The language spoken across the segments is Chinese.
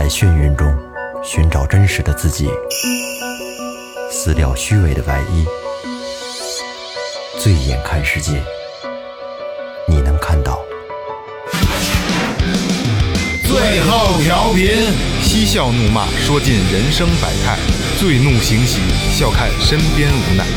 在眩晕中寻找真实的自己，撕掉虚伪的外衣，醉眼看世界，你能看到。 最后调频，嬉笑怒骂，说尽人生百态；醉怒行喜，笑看身边无奈。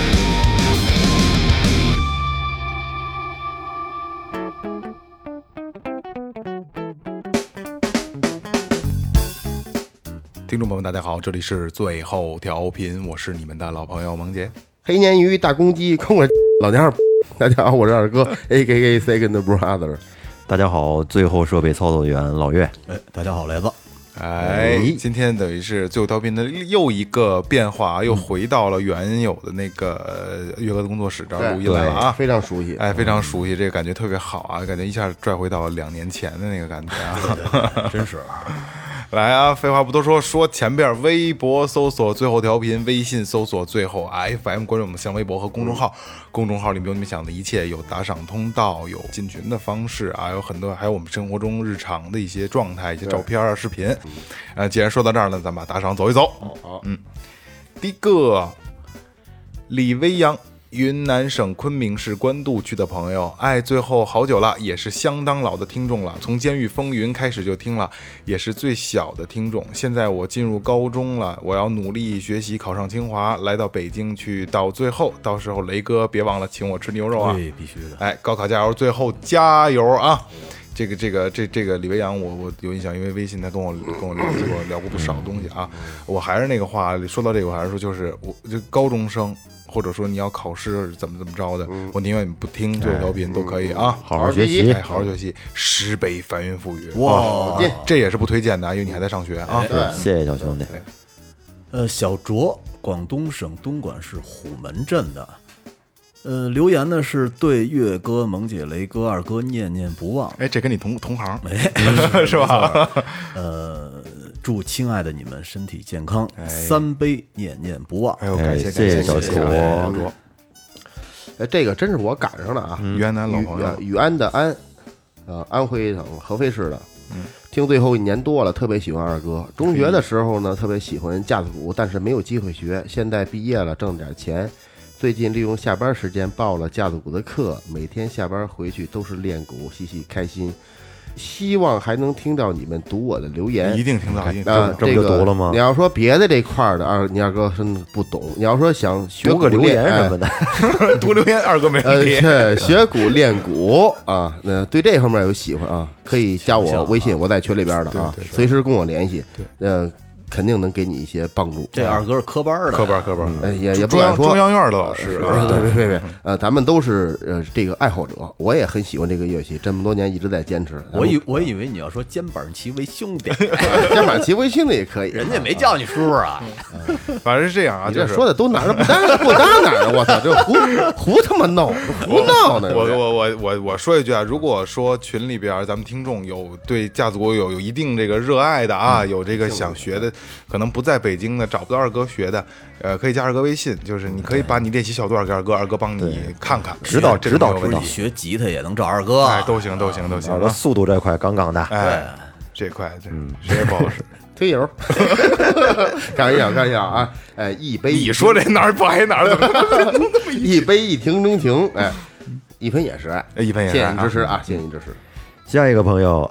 听众朋友们，大家好，这里是最后调频，我是你们的老朋友萌姐。 黑鲶鱼大公鸡空了老娘儿，大家好，我是二哥 ，A.K.A. Second Brother。 大家好，最后设备操作员老岳。 大家好，雷子。 今天等于是最后调频的又一个变化，又回到了原有的那个岳哥的工作室这儿录音来了啊， 非常熟悉， 非常熟悉，这个感觉特别好啊，感觉一下拽回到2年前的那个感觉啊， 真是。 来啊，废话不多说，说前边微博搜索最后调频，微信搜索最后 FM， 关注我们新浪微博和公众号，公众号里面有你们想的一切，有打赏通道，有进群的方式啊，有很多，还有我们生活中日常的一些状态、一些照片啊、视频。既然说到这儿呢，咱们把打赏走一走。 好， 第一个，李威阳。云南省昆明市官渡区的朋友，最后好久了，也是相当老的听众了，从监狱风云开始就听了，也是最小的听众。现在我进入高中了，我要努力学习，考上清华，来到北京去到最后，到时候雷哥别忘了请我吃牛肉啊！ 对，必须的。 高考加油，最后加油啊！这个李维阳，我有印象，因为微信他跟我联系过，聊过不少东西啊。我还是那个话，说到这个，我还是说，就是我这高中生。或者说你要考试怎么着的，我宁愿你不听最后调频都可以啊， 好好学习， 好好学习，10倍翻云覆雨。 哇， 这也是不推荐的，因为你还在上学啊。 谢谢小兄弟。 小卓，广东省东莞市虎门镇的，留言呢是对岳哥、萌姐、雷哥、二哥念念不忘。 这跟你同行， 是吧？祝亲爱的你们身体健康，3杯念念不忘。 感谢小卓。 这个真是我赶上了啊！ 云南老朋友， 禹安的安，安徽省合肥市的。听最后1年多了，特别喜欢二哥。中学的时候呢，特别喜欢架子鼓，但是没有机会学。现在毕业了，挣点钱。最近利用下班时间报了架子鼓的课，每天下班回去都是练鼓，嘻嘻开心。希望还能听到你们读我的留言， 一定听到， 这不就读了吗？ 你要说别的这块的你二哥真的不懂。你要说想学读个留言什么的， 读留言二哥没问题。 学鼓练鼓啊，那对这方面有喜欢啊，可以加我微信，我在群里边的啊，随时跟我联系。肯定能给你一些帮助。 这二哥是科班的， 科班， 也不敢说中央院的老师。 别，咱们都是这个爱好者，我也很喜欢这个乐器，这么多年一直在坚持。 我以为你要说肩膀齐为兄弟， 肩膀齐为兄弟也可以， 人家没叫你叔叔啊。 反正是这样啊， 你这说的都哪儿不搭哪儿，我操，这胡他妈闹，胡闹呢！ 我说一句啊，如果说群里边咱们听众有对架子鼓有一定这个热爱的啊，有这个想学的。可能不在北京的，找不到二哥学的，可以加二哥微信，就是你可以把你练习小段给二哥，二哥帮你看看， 指导。 学吉他也能找二哥， 都行。 二哥速度这块杠杠的， 这块谁也不好使。 推油，看一下啊！一杯， 你说这哪儿不挨哪儿？怎么一杯一听钟情？一分也是爱， 一分也是爱， 谢谢你支持啊！谢谢你支持。 下一个朋友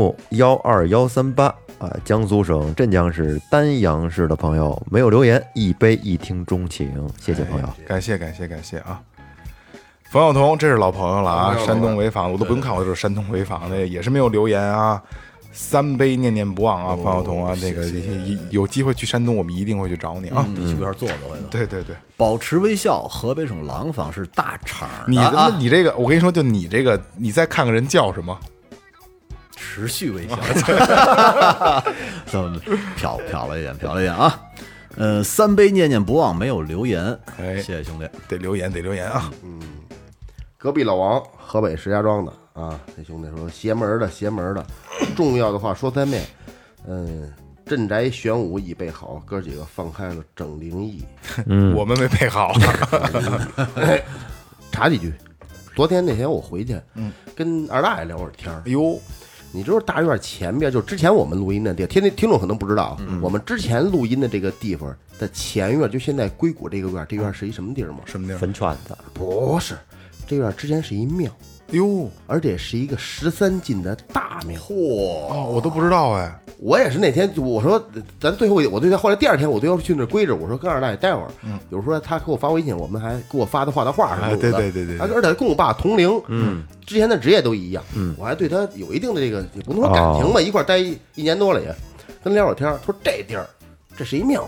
M12138。江苏省镇江市丹阳市的朋友没有留言，一杯一听钟情，谢谢朋友， 感谢啊！冯晓彤，这是老朋友了啊，山东潍坊，我都不用看，我就是山东潍坊的，也是没有留言啊。3杯念念不忘啊，冯晓彤啊，这个有机会去山东，我们一定会去找你啊， 去边坐。 对， 保持微笑，河北省廊坊市大厂。 你这个，我跟你说，就你这个，你再看看人叫什么。 持续微笑，瞟了一眼啊。3杯念念不忘没有留言，谢谢兄弟， 得留言啊。 隔壁老王，河北石家庄的啊，这兄弟说邪门的，重要的话说3遍。镇宅玄武已备好，哥几个放开了整灵异。 我们没备好。 插几句。昨天那天我回去，跟二大爷聊会儿天儿。 你知道大院前边就之前我们录音的地，听众可能不知道，我们之前录音的这个地方的前院，就现在硅谷这个院，这院是一什么地儿吗？ 什么地儿？ 坟圈子， 不是，这院之前是一庙， 哟， 而且是一个13进的大庙。 哦，我都不知道哎。 我也是那天我说咱最后我对他后来第2天我都要去那归着，我说跟二大爷待会儿，有时候他给我发微信，我们还给我发的画什么的， 对， 而且跟我爸同龄，之前的职业都一样，我还对他有一定的这个也不能说感情吧，一块待1年多了也，跟他聊会儿天，他说这地儿这是一庙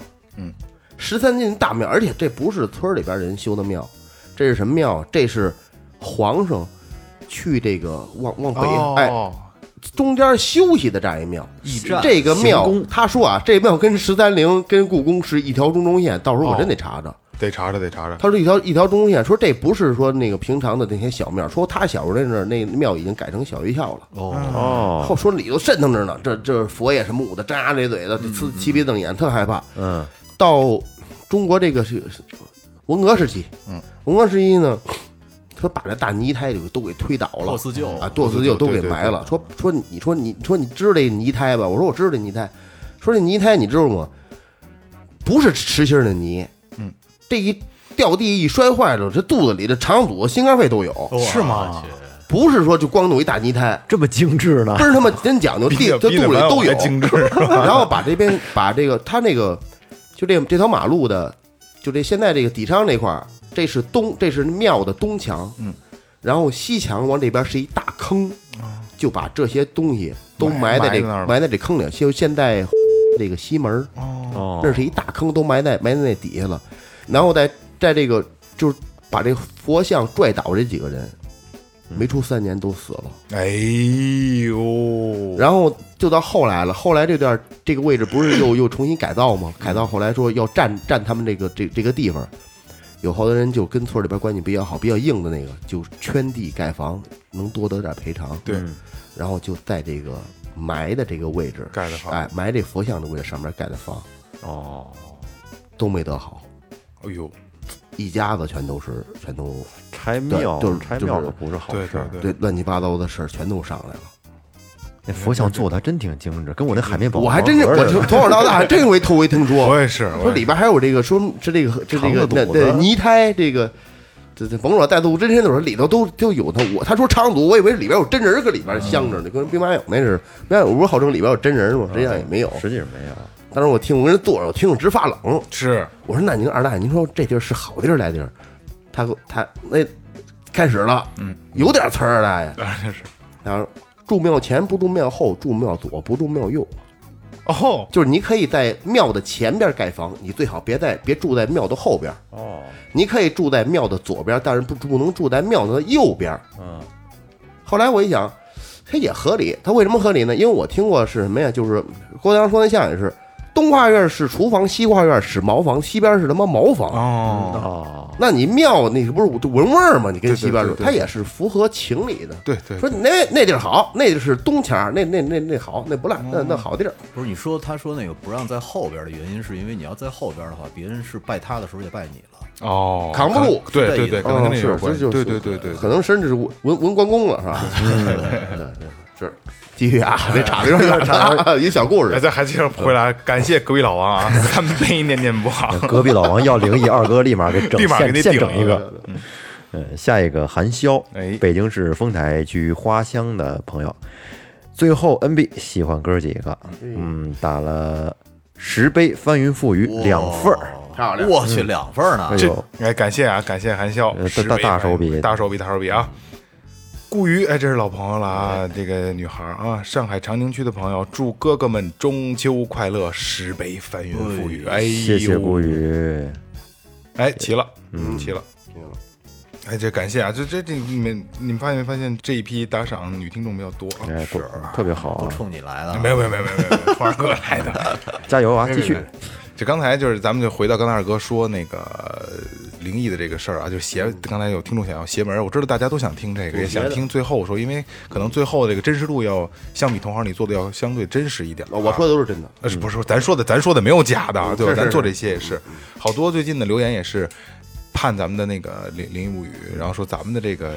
，13进大庙，而且这不是村里边人修的庙，这是什么庙？这是皇上去这个往北中间休息的这样一庙，这个庙他说啊，这庙跟13陵跟故宫是一条中轴线，到时候我真得查查， 得查查。 他说一条中轴线，说这不是说那个平常的那些小庙，说他小时候那庙已经改成小学校了。后说里头瘆腾着呢，这佛爷什么舞的，张牙咧嘴的，七鼻瞪眼，特害怕。到中国这个是文革时期，文革时期呢。说把这大泥胎都给推倒了， 剁四旧剁四旧都给埋了。说你知道这泥胎吧？我说我知道这泥胎。说这泥胎你知道吗？不是实心的泥，这一掉地一摔坏了，这肚子里的肠阻、心肝肺都有， 是吗？ 不是说就光弄一大泥胎， 这么精致呢？ 不是他妈真讲究，这肚子里都有精致。 然后把这个他那个就这条马路的，就这现在这个底商这块儿。这是庙的东墙，然后西墙往这边是一大坑，就把这些东西都埋在这坑里。就现在这个西门，那是一大坑，都埋在那底下了。然后在这个就是把这佛像拽倒这几个人，没出3年都死了。 哎呦！ 然后就到后来了，后来这个位置不是又重新改造吗？改造后来说要占他们这个地方。有好多人就跟村里边关系比较好、比较硬的那个，就圈地盖房，能多得点赔偿。 对， 然后就在这个埋的这个位置盖的房， 埋这佛像的位置上面盖的房，都没得好。 哎呦， 一家子全都拆庙， 就是拆庙可不是好事。 对，乱七八糟的事儿全都上来了。 那佛像做的还真挺精致，跟我那海绵宝宝， 我还真是我从小到大还真头回听说。 我也是， 说里边还有这个，说是这个那泥胎，这甭说带肚真身的时候，里头都有它。他说长足，我以为里边有真人搁里边镶着呢，跟兵马俑那是。兵马俑不是号称里边有真人吗？实际上也没有， 实际上没有。 当时我听我跟人坐着，我听着直发冷。 是， 我说那您二大爷，您说这地儿是好地儿来地儿？他那开始了，有点词儿，大爷。 是， 然后。住庙前不住庙后，住庙左不住庙右。就是你可以在庙的前边盖房，你最好别住在庙的后边。你可以住在庙的左边，但是不能住在庙的右边。后来我一想，它也合理。它为什么合理呢？因为我听过是什么呀？就是郭德纲说那相声也是，东花院是厨房，西花院是茅房，西边是他妈茅房。那你庙那不是闻味儿吗？你跟西边说，它也是符合情理的。 对， 说那地儿好，那地儿是东墙，那好，那不赖，那好地儿。 不是他说那个不让在后边的原因，是因为你要在后边的话，别人是拜他的时候也拜你了。 扛不住。 对，可能跟那有关系。对， 可能甚至是文关公了，是吧？是。继续啊，这岔的有点远，一小故事。 咱还接着回来，感谢隔壁老王啊，咱们没念不好。 隔壁老王要灵异，二哥立马给现整一个。下一个韩潇，北京市丰台区花乡的朋友，最后 NB 喜欢哥几个，打了10杯翻云覆雨2份儿， 漂亮！ 我去2份呢， 感谢啊，感谢韩潇， 大手笔， 大手笔啊！顾鱼，这是老朋友了啊，这个女孩啊，上海长宁区的朋友，祝哥哥们中秋快乐，10杯翻云覆雨， 谢谢顾鱼， 齐了，齐了。这感谢啊！你们发现没发现这一批打赏女听众比较多？ 是特别好， 都冲你来的。 没有，黄二哥来的， 加油啊！继续。 这刚才就是咱们就回到刚才二哥说那个灵异的这个事儿啊，就是刚才有听众想要邪门，我知道大家都想听这个，也想听最后说，因为可能最后这个真实度要相比同行里做的要相对真实一点。 我说的都是真的， 不是咱说的没有假的，对吧？咱做这些也是，好多最近的留言也是。盼咱们的那个灵异物语，然后说咱们的这个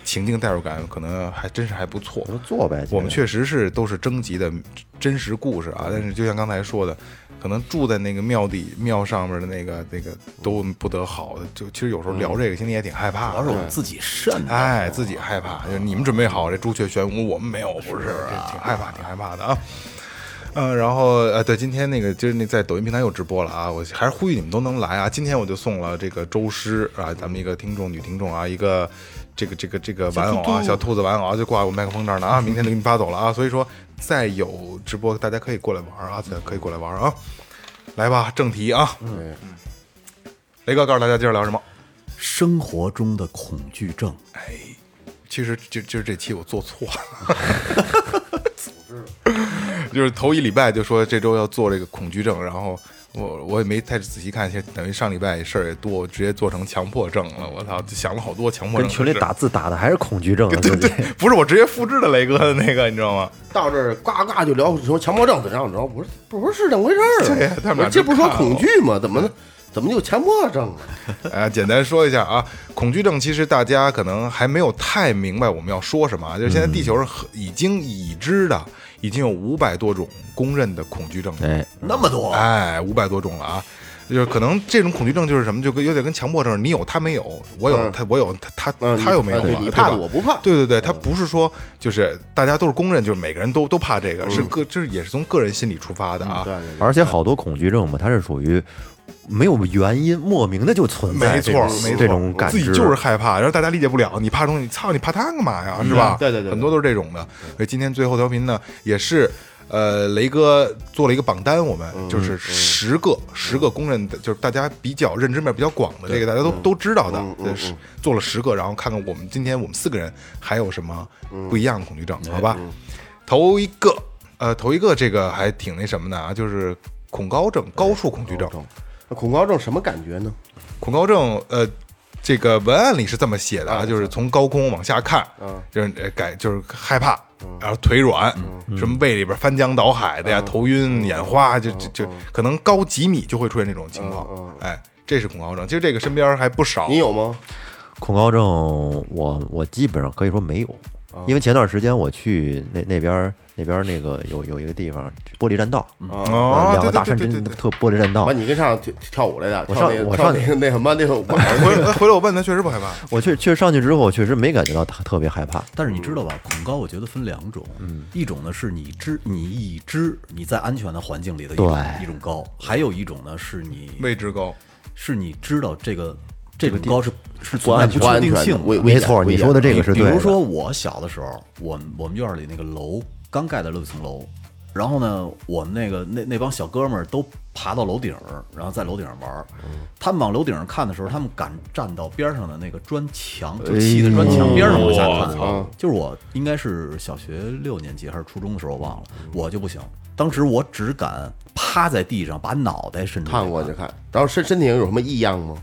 情境代入感可能还真是还不错。 做呗， 我们确实是都是征集的真实故事啊，但是就像刚才说的，可能住在那个庙上面的那个都不得好的，就其实有时候聊这个心里也挺害怕的。 主要是我们自己慎， 自己害怕，就是你们准备好这朱雀玄武，我们没有，不是，挺害怕的啊。然后对，今天那个就是那在抖音平台又直播了啊，我还是呼吁你们都能来啊。今天我就送了这个周师啊，咱们一个女听众啊，一个这个玩偶啊，小兔子玩偶就挂我麦克风这儿呢啊，明天就给你发走了啊。所以说再有直播，大家可以过来玩啊，可以过来玩啊。来吧，正题啊。雷哥告诉大家今儿聊什么？ 生活中的恐惧症。 其实就是这期我做错了。就是头一礼拜就说这周要做这个恐惧症，然后我也没太仔细看，等于上礼拜事儿也多，我直接做成强迫症了。我操，想了好多强迫症。 跟群里打字打的还是恐惧症， 对，不是我直接复制的雷哥的那个，你知道吗？ 到这儿呱呱就聊说强迫症怎样，你知道不是这么回事儿。 对，他们这不是说恐惧吗？怎么就强迫症了？ 简单说一下啊，恐惧症其实大家可能还没有太明白我们要说什么，就是现在地球上已知的已经有500多种公认的恐惧症了， 那么多 ，500多种了啊。就是可能这种恐惧症就是什么，就有点跟强迫症，你有他没有，我有他又没有， 你怕的我不怕。 对，他不是说就是大家都是公认，就是每个人都怕这个，就是也是从个人心理出发的啊。 而且好多恐惧症嘛，它是属于没有原因，莫名的就存在， 没错， 这种感知， 自己就是害怕，然后大家理解不了，你怕东西，操，你怕它干嘛呀？是吧？ 对， 很多都是这种的。所以今天最后调频呢，也是。雷哥做了一个榜单，我们就是10个公认的，就是大家比较认知面比较广的，这个大家都知道的，做了10个，然后看看我们今天我们4个人还有什么不一样的恐惧症，好吧？头一个这个还挺那什么的啊，就是恐高症，高处恐惧症。 恐高症什么感觉呢？ 恐高症这个文案里是这么写的啊，就是从高空往下看，就是害怕，然后腿软，什么胃里边翻江倒海的呀，头晕眼花，就可能高几米就会出现这种情况。这是恐高症。其实这个身边还不少。 你有吗？ 恐高症我基本上可以说没有，因为前段时间我去那边那个有一个地方玻璃栈道，2个大山真特玻璃栈道。 你跟上跳舞来的， 我上那什么那个回来我问他，确实不害怕。 我确上去之后，确实没感觉到特别害怕。 但是你知道吧，恐高我觉得分2种，一种呢是你已知你在安全的环境里的一种高，还有一种呢是你未知高， 是你知道这个高是不安全不确定性。 没错，你说的这个是对的。 比如说我小的时候，我们院里那个楼刚盖的6层楼，然后呢，我们那帮小哥们儿都爬到楼顶，然后在楼顶上玩。他们往楼顶上看的时候，他们敢站到边上的那个砖墙，就砌的砖墙边上往下看。就是我应该是小学6年级还是初中的时候，我忘了，我就不行。当时我只敢趴在地上，把脑袋伸出去看过去看，然后身体上有什么异样吗？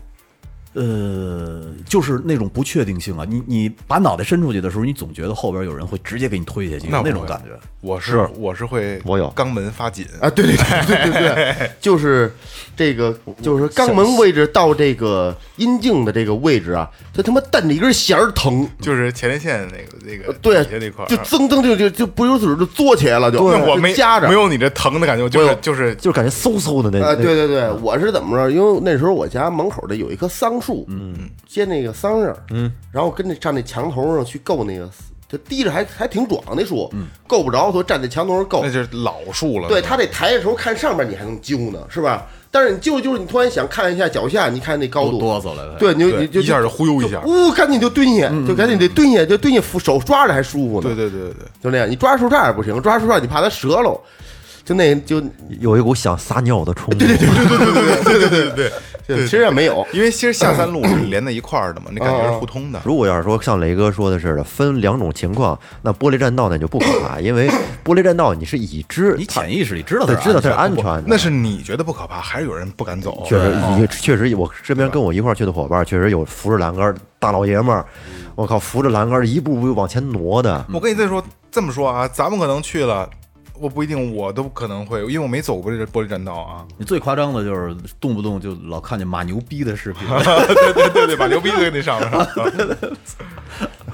就是那种不确定性啊！你把脑袋伸出去的时候，你总觉得后边有人会直接给你推下去，那种感觉。 我是会， 我有肛门发紧啊！对，就是这个，就是肛门位置到这个阴茎的这个位置啊，它他妈蹬着一根弦儿疼， 就是前列腺那个对那块， 就噌就不由自主就嘬起来了，就我没夹着， 没有你这疼的感觉，就是感觉嗖嗖的那。 对，我是怎么着？因为那时候我家门口的有一棵桑树，接那个桑叶，然后跟上那墙头上去够那个，就低着还挺壮那树，够不着，所以站在墙头上够， 那就是老树了。 对，他这抬的时候看上面你还能揪呢，是吧？但是你就是你突然想看一下脚下，你看那高度， 哆嗦了， 对，你就一下就忽悠一下， 赶紧就蹲下，就赶紧得蹲下，就蹲下，手抓着还舒服呢。 对， 就那样，你抓树杈也不行，抓树杈你怕它折喽。就有一股想撒尿的冲动。 对， 其实也没有， 因为其实下三路是连在一块儿的嘛，那感觉是互通的。 如果要是说像雷哥说的似的，分2种情况，那玻璃栈道那就不可怕，因为玻璃栈道你是已知， 你潜意识里知道它是安全的。 那是你觉得不可怕，还是有人不敢走？ 确实，我身边跟我一块去的伙伴，确实有扶着栏杆大老爷们儿，我靠，扶着栏杆一步步往前挪的。 我跟你再说这么说啊，咱们可能去了。我不一定，我都可能会，因为我没走过这玻璃栈道啊。 你最夸张的就是动不动就老看见马牛逼的视频， 对，马牛逼就给你上了。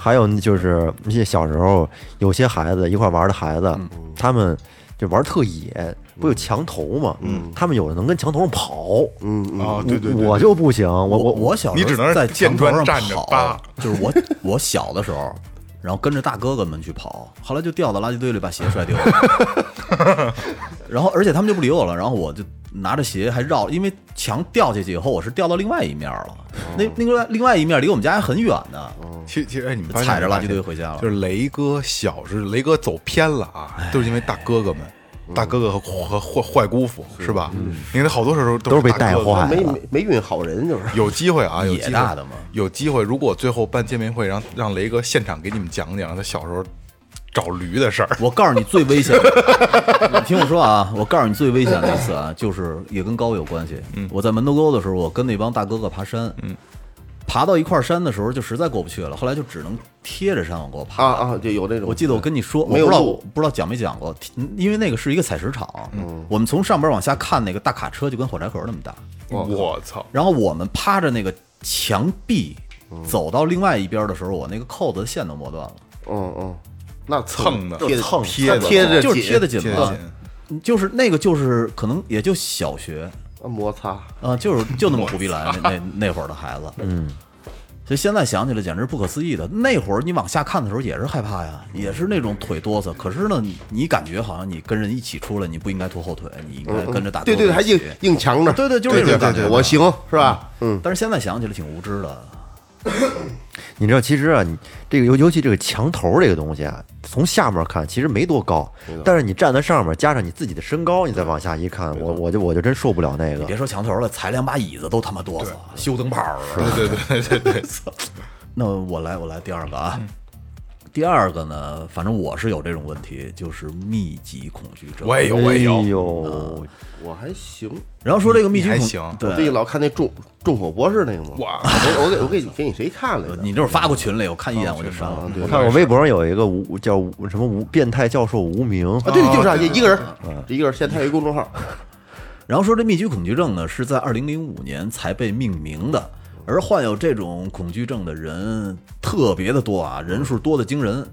还有就是那些小时候有些孩子一块玩的孩子，他们就玩特野，不有墙头嘛？他们有的能跟墙头上跑。 对， 我就不行， 我小时候你只能在见墙头上砖站着跑扒， 就是我小的时候。然后跟着大哥哥们去跑，后来就掉到垃圾堆里，把鞋摔丢了。然后而且他们就不理我了，然后我就拿着鞋还绕，因为墙掉下去以后，我是掉到另外一面了。那个另外一面离我们家还很远呢。 其实哎，你们发现踩着垃圾堆回家了。 就是雷哥小时候，雷哥走偏了啊，都是因为大哥哥们。大哥哥和坏姑父是吧？你看好多时候都是被带坏了，没运好人就是。 有机会啊，有机会的嘛。 有机会，如果最后办见面会，让雷哥现场给你们讲讲他小时候找驴的事儿。 我告诉你最危险的，你听我说啊，我告诉你最危险的一次啊，就是也跟高有关系。我在门头沟的时候，我跟那帮大哥哥爬山，爬到一块山的时候就实在过不去了，后来就只能贴着山往过爬就有这种。 我记得我跟你说，我不知道讲没讲过，因为那个是一个采石场，我们从上边往下看那个大卡车就跟火柴盒那么大， 我操！ 然后我们趴着那个墙壁走到另外一边的时候，我那个扣子的线都磨断了。 那蹭的贴着就是贴的紧嘛，就是那个就是可能也就小学。 摩擦就那么胡逼来那会儿的孩子，所以现在想起来简直不可思议的。那会儿你往下看的时候也是害怕呀，也是那种腿哆嗦。可是呢，你感觉好像你跟人一起出来，你不应该拖后腿，你应该跟着打。 对，还硬强着。 对，就是这种感觉。 我行是吧？ 但是现在想起来挺无知的。 你知道，其实啊，你这个尤其这个墙头这个东西啊，从下面看其实没多高，但是你站在上面，加上你自己的身高，你再往下一看，我就真受不了那个。 别说墙头了，踩2把椅子都他妈哆嗦，修灯泡对。 那我来第二个啊。第二个呢，反正我是有这种问题，就是密集恐惧症。 我也有， 我还行。 然后说这个密集恐惧症，我最近老看那众口博士那个嘛。 哇！ 我给你谁看了？ 你这是发过群里，我看一眼我就删了。 我看我微博上有一个叫什么变态教授无名对，就是一个人，现在有一公众号。 然后说这密集恐惧症呢，是在2005年才被命名的。而患有这种恐惧症的人特别的多啊，人数多得惊人。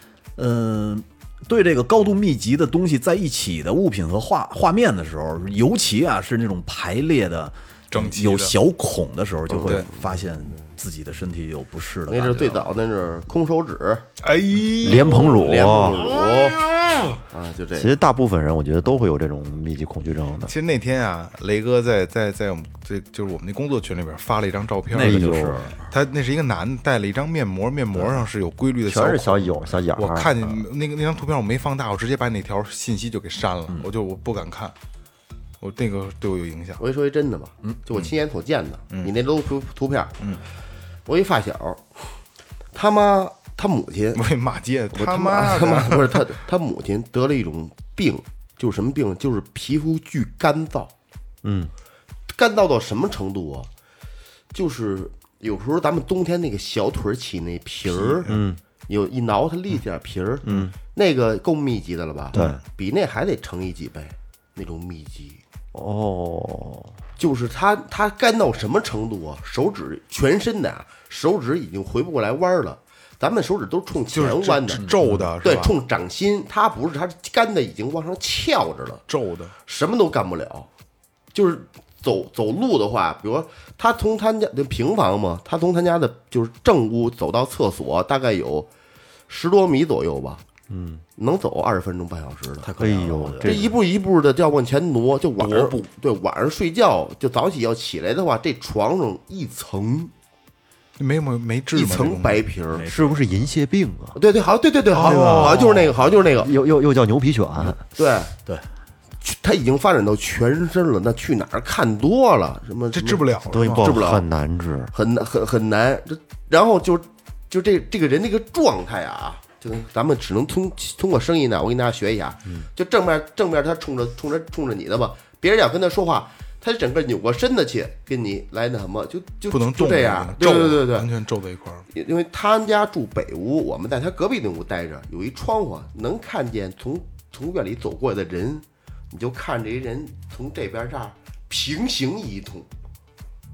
对这个高度密集的东西在一起的物品和画面的时候，尤其啊是那种排列的有小孔的时候，就会发现自己的身体有不适的感觉。 那是最早，那是空手指， 莲蓬乳啊，就这。 其实大部分人我觉得都会有这种密集恐惧症的。 其实那天啊，雷哥在我们就是我们那工作群里边发了一张照片， 那个就是他那是一个男的带了一张面膜，面膜上是有规律的全是小眼。 我看见那张图片我没放大，我直接把那条信息就给删了，我不敢看。我那个对我有影响。 我一说一真的吧，就我亲眼所见的，你那都图片，我一发小，他母亲， 我给骂街，他妈不是他母亲得了一种病，就是什么病？就是皮肤巨干燥，干燥到什么程度啊？就是有时候咱们冬天那个小腿起那皮儿，有一挠它立点皮儿，那个够密集的了吧？ 对， 比那还得乘以几倍，那种密集。就是他干到什么程度啊？手指全身的手指已经回不过来弯了。咱们手指都冲前弯的， 皱的， 对，冲掌心。他不是，他干的已经往上翘着了， 皱的， 什么都干不了。就是走路的话，比如说他从他家的平房嘛，他从他家的就是正屋走到厕所，大概有10多米左右吧。能走20分钟半小时的， 太可以了。 这一步一步的要往前挪，就晚上睡觉，就早起要起来的话，这床上一层。 没治一层白皮儿， 是不是银屑病啊？ 对，好像就是那个， 又叫牛皮癣。 对，他已经发展到全身了，那去哪儿看多了？什么这治不了， 治不了，很难治， 很难。然后就这个人那个状态啊，就咱们只能通过声音呢，我给大家学一下。就正面他冲着你的吧，别人要跟他说话。他整个扭过身子去跟你来那什么，就不能动这样，对， 完全皱在一块儿。 因为他家住北屋，我们在他隔壁那屋待着，有一窗户能看见从院里走过来的人，你就看这人从这边这儿平行移动，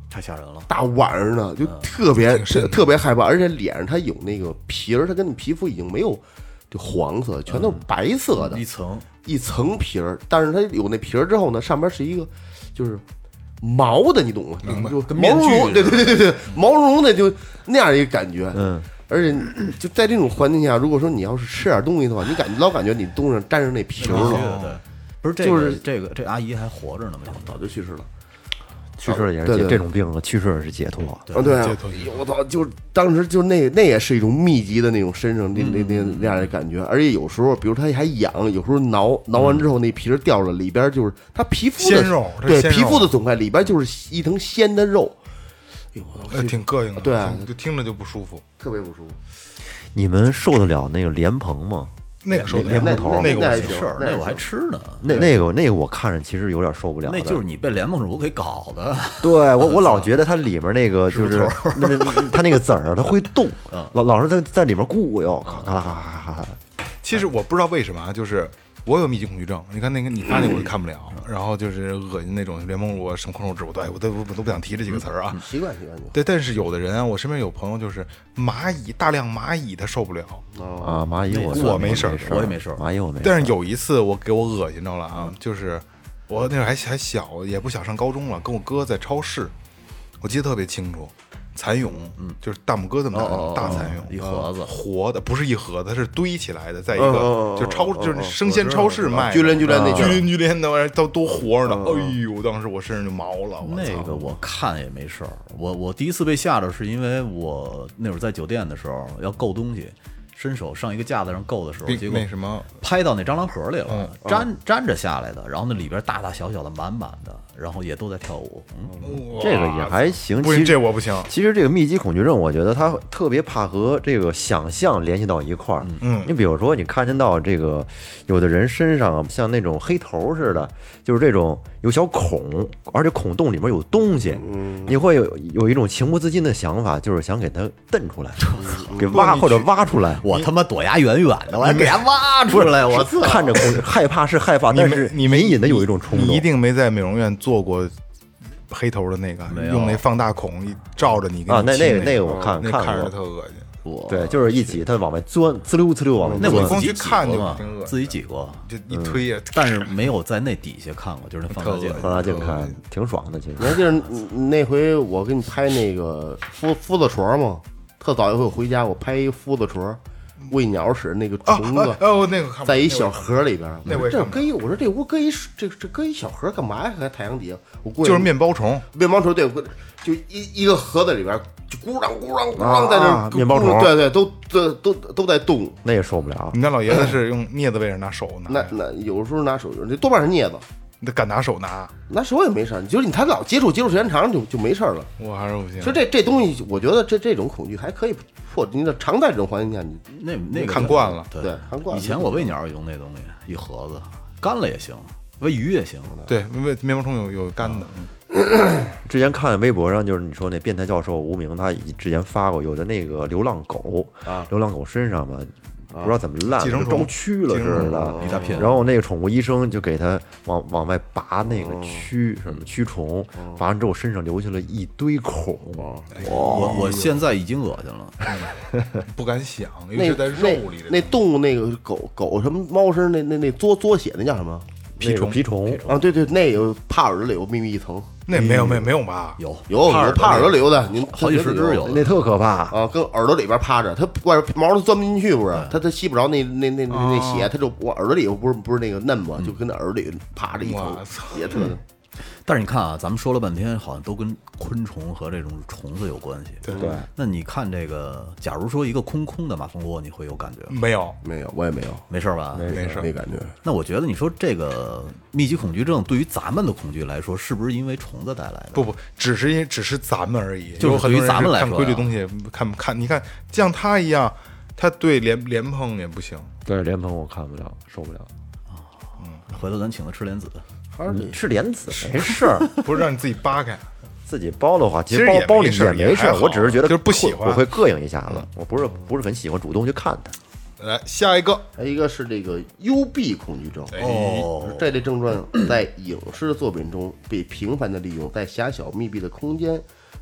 太吓人了。 大晚上的就特别害怕，而且脸上它有那个皮儿，它跟你皮肤已经没有就黄色，全都是白色的一层皮儿，但是它有那皮儿之后呢，上边是一个就是毛的，你懂吗？就跟毛茸茸，对，毛茸茸的就那样一个感觉。而且就在这种环境下，如果说你要是吃点东西的话，你老感觉你东上沾上那皮儿了。 对，不是就是这阿姨还活着呢吗？ 早就去世了。 去世也是这种病了，去世是解脱。 对，我操！就当时就那也是一种密集的那种身上那样的感觉，而且有时候，比如它还痒，有时候挠完之后那皮儿掉了，里边就是它皮肤的鲜肉， 对皮肤的总块里边就是一层鲜的肉， 挺膈应的， 对， 就听着就不舒服， 特别不舒服。 你们受得了那个莲蓬吗？ 那个受莲蓬头， 那个事儿，那我还吃呢。 那个我看着其实有点受不了。 那就是你被莲蓬主给搞的。 对我老觉得它里面那个就是它那个籽儿它会动，老是在里面咕悠，咔啦咔啦咔啦。 其实我不知道为什么啊，就是我有密集恐惧症。你看那个你发那个我就看不了，然后就是恶心那种莲蓬乳、什么控制脂，我都不想提这几个词儿啊。 习惯。 对，但是有的人啊，我身边有朋友就是大量蚂蚁他受不了啊，蚂蚁我没事儿， 我也没事儿， 蚂蚁我没事儿。 但是有一次给我恶心着了啊，就是我那会儿还小，也不想上高中了，跟我哥在超市，我记得特别清楚。蚕蛹，就是大拇哥这么大大蚕蛹， 一盒子活的，不是一盒子，它是堆起来的，在一个就是生鲜超市卖， 巨连那巨连的玩意儿都活着呢。哎呦，当时我身上就毛了。 那个我看也没事儿，我第一次被吓着是因为我那会儿在酒店的时候要够东西。伸手上一个架子上够的时候，结果什么拍到那蟑螂盒里了，粘着下来的，然后那里边大大小小的满满的，然后也都在跳舞。 这个也还行， 不行，这我不行。 其实这个密集恐惧症，我觉得它特别怕和这个想象联系到一块儿。你比如说，你看见到这个有的人身上像那种黑头似的，就是这种有小孔，而且孔洞里面有东西，你会有一种情不自禁的想法，就是想给它蹬出来，给挖出来。 我他妈躲牙远远的，我还给它挖出来。我看着害怕是害怕，但是你没隐的有一种冲动。 你一定没在美容院做过黑头的那个，用那放大孔照着你啊，那个我看着特恶心。 对，就是一挤，它往外钻，呲溜往外钻。 那我光去看就自己挤过， 就一推呀。 但是没有在那底下看过，就是那放大镜看，挺爽的。其实你还记得那回我给你拍那个夫子锄吗？特早一回我回家，我拍一夫子锄。喂鸟使那个虫子， 那个在一小盒里边。 这搁一，我说这屋搁一搁一小盒干嘛呀？还太阳底下，我过去就是面包虫， 对，就一个盒子里边就咕啷在那面包虫， 对，都在动， 那也受不了。 你家老爷子是用镊子喂着拿手拿？ 那有时候拿手，这多半是镊子。 你敢拿手拿手也没事，就是他老接触时间长就没事了。 我还是不行。 其实这东西，我觉得这种恐惧还可以破。你的常在这种环境下，你那个看惯了， 对，看惯了。 以前我喂鸟也用那东西，一盒子，干了也行，喂鱼也行。 对，喂面包虫有干的。 之前看微博上，就是你说那变态教授无名，他之前发过有的那个流浪狗身上嘛。不知道怎么烂，跟招蛆了似的， 一大片。 然后那个宠物医生就给他往外拔那个蛆，什么蛆虫，拔完之后身上留下了一堆孔。 我现在已经恶心了， 不敢想，因为是在肉里的。 那动物那个狗什么猫身那嘬血那叫什么？ 蜱虫啊，对，那有怕耳朵里有密密一层。 那没有吧？ 有怕耳朵里的，您好几十只有， 那特可怕啊！跟耳朵里边趴着，它外毛都钻不进去，不是？它吸不着那血，它就我耳朵里不是那个嫩嘛，就跟那耳朵里趴着一层血特的。 但是你看啊，咱们说了半天，好像都跟昆虫和这种虫子有关系。 对。 那你看这个，假如说一个空的马蜂窝，你会有感觉吗？ 没有， 我也没有， 没事吧？ 没事， 没感觉。 那我觉得你说这个密集恐惧症对于咱们的恐惧来说，是不是因为虫子带来的？ 不，只是咱们而已。 就是对于咱们来说， 看规律东西，看，你看像他一样，他对莲蓬也不行。 对莲蓬我看不了，受不了。 回头咱请他吃莲子。 你吃莲子没事儿， 不是让你自己扒开， 自己包的话， 其实包里也没事儿。我只是觉得就是不喜欢， 我会膈应一下子。我不是很喜欢主动去看它。 来下一个， 还有一个是这个幽闭恐惧症。这类症状在影视作品中被频繁的利用，在狭小密闭的空间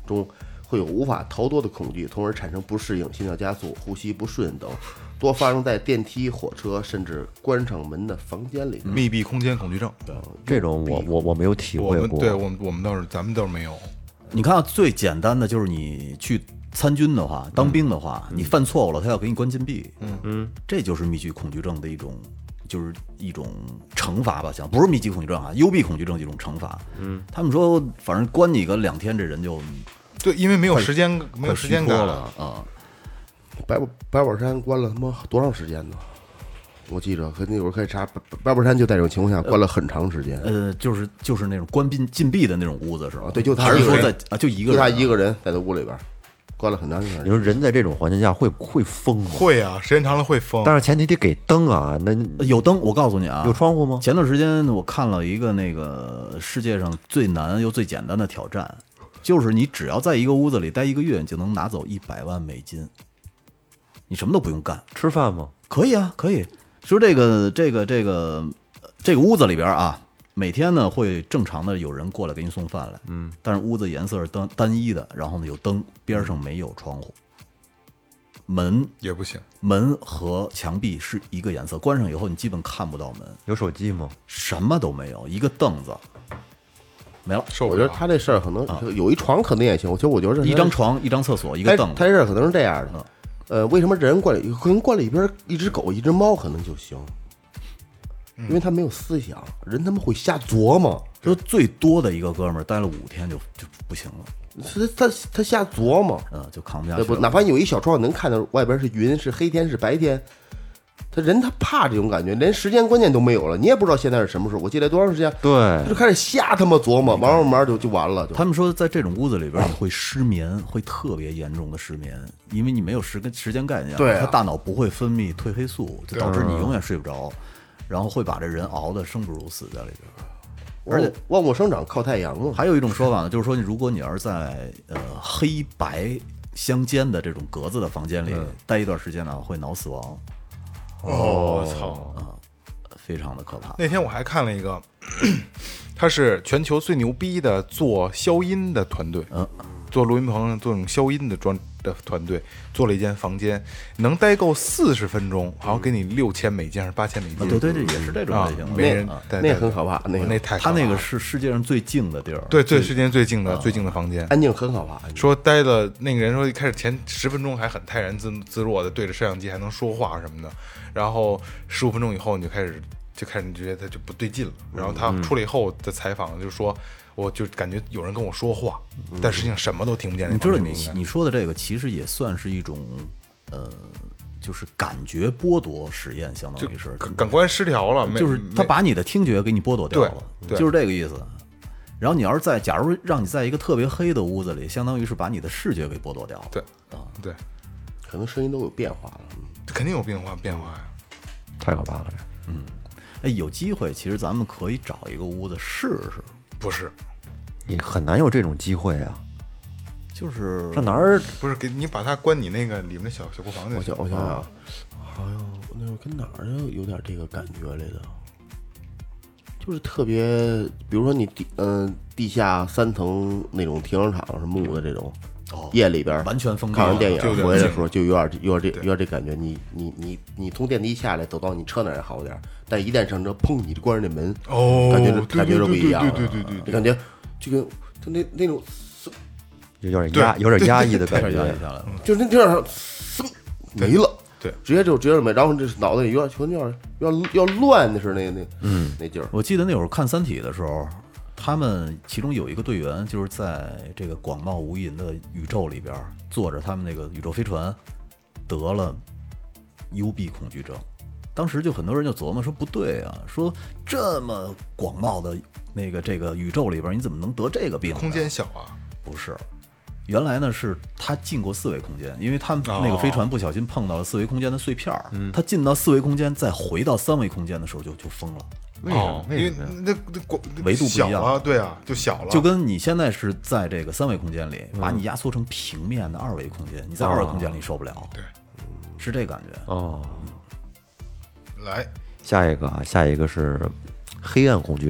中会有无法逃脱的恐惧，从而产生不适应、心跳加速、呼吸不顺等，多发生在电梯、火车甚至关上门的房间里。 密闭空间恐惧症， 这种我没有体会过。 对我们倒是咱们倒是没有。 你看最简单的就是你去参军的话，当兵的话，你犯错误了，他要给你关禁闭。这就是密集恐惧症的一种。就是一种惩罚吧，不是密集恐惧症啊，幽闭恐惧症这种惩罚。他们说反正关你个2天，这人就对，因为没有时间感了啊。 白宝山关了他妈多长时间呢？我记着，那会儿可以查，白宝山就在这种情况下关了很长时间。 就是那种关禁闭的那种屋子是吧？ 对，就他还是说就一个人， 就他一个人在那屋里边。关了很长时间。 你说人在这种环境下会疯吗？ 会啊，时间长了会疯。 但是前提得给灯啊，那有灯。我告诉你啊， 有窗户吗？ 前段时间我看了一个那个世界上最难又最简单的挑战，就是你只要在一个屋子里待1个月，你就能拿走100万美金，你什么都不用干。 吃饭吗？ 可以啊，可以。说这个屋子里边啊。每天呢会正常的有人过来给你送饭来，但是屋子颜色是单一的，然后呢有灯，边上没有窗户，门也不行， 门和墙壁是一个颜色，关上以后你基本看不到门。 有手机吗？ 什么都没有，一个凳子没了。 我觉得他这事儿可能有一床可能也行，我觉得一张床、一张厕所、一个凳子。 他这事儿可能是这样的，为什么人关里可能关里边一只狗、一只猫可能就行？因为他没有思想，人他们会瞎琢磨。 说最多的一个哥们儿待了5天就不行了， 他瞎琢磨， 就扛不下去了。 哪怕有一小窗能看到外边是云，是黑天是白天，他怕这种感觉，连时间观念都没有了，你也不知道现在是什么时候，我记得多长时间， 对， 就开始瞎他妈琢磨，慢慢就完了。 他们说在这种屋子里边你会失眠，会特别严重的失眠，因为你没有时间概念， 对， 他大脑不会分泌褪黑素，就导致你永远睡不着。然后会把这人熬得生不如死在里边，而且万物生长靠太阳嘛。 还有一种说法呢，就是说，如果你要是在黑白相间的这种格子的房间里待一段时间呢，会脑死亡。 我操非常的可怕。 那天我还看了一个，他是全球最牛逼的做消音的团队，做录音棚做这种消音的团队做了一间房间，能待够40分钟，好像给你6000美金还是8000美金。 对，也是这种类型。 没人， 那很可怕， 那太可怕。 他那个是世界上最静的地儿， 对，世界上最静的房间， 安静很可怕。 说待了那个人说一开始前10分钟还很泰然自若的对着摄像机还能说话什么的，然后15分钟以后你就开始你觉得他就不对劲了。然后他出来以后的采访就说。我就感觉有人跟我说话，但实际上什么都听不见。 你知道你说的这个其实也算是一种，就是感觉剥夺实验，相当于是感官失调了， 就是他把你的听觉给你剥夺掉了，就是这个意思。然后你要是假如让你在一个特别黑的屋子里，相当于是把你的视觉给剥夺掉了。 对， 可能声音都有变化了， 肯定有变化呀， 太可怕了这。有机会其实咱们可以找一个屋子试试。 不是， 你很难有这种机会啊！ 就是上哪儿？ 不是给你把它关你那个里面的小库房就行。 我想想，好像那会跟哪儿有点这个感觉来的，就是特别，比如说你地下3层那种停车场是木的这种，夜里边完全封闭， 看完电影回来的时候就有点这感觉。你从电梯下来走到你车那儿也好点，但一旦上车，砰，你就关上那门，感觉都不一样。 对， 你感觉就跟就那种有点压抑的感觉， 就是那地方没了， 对， 直接没，然后这脑袋里有点要乱的是那劲儿。 我记得那会儿看《三体》的时候，他们其中有一个队员就是在这个广袤无垠的宇宙里边坐着他们那个宇宙飞船，得了幽闭恐惧症。当时就很多人就琢磨说不对啊，说这么广袤的这个宇宙里边，你怎么能得这个病？ 空间小啊？ 不是，原来呢是他进过4维空间，因为他那个飞船不小心碰到了4维空间的碎片儿，他进到4维空间，再回到3维空间的时候就疯了。 为什么？ 因为那维度不一样啊，对啊，就小了。 就跟你现在是在这个3维空间里，把你压缩成平面的2维空间，你在2维空间里受不了。 对， 是这感觉。 来， 下一个是黑暗恐惧症。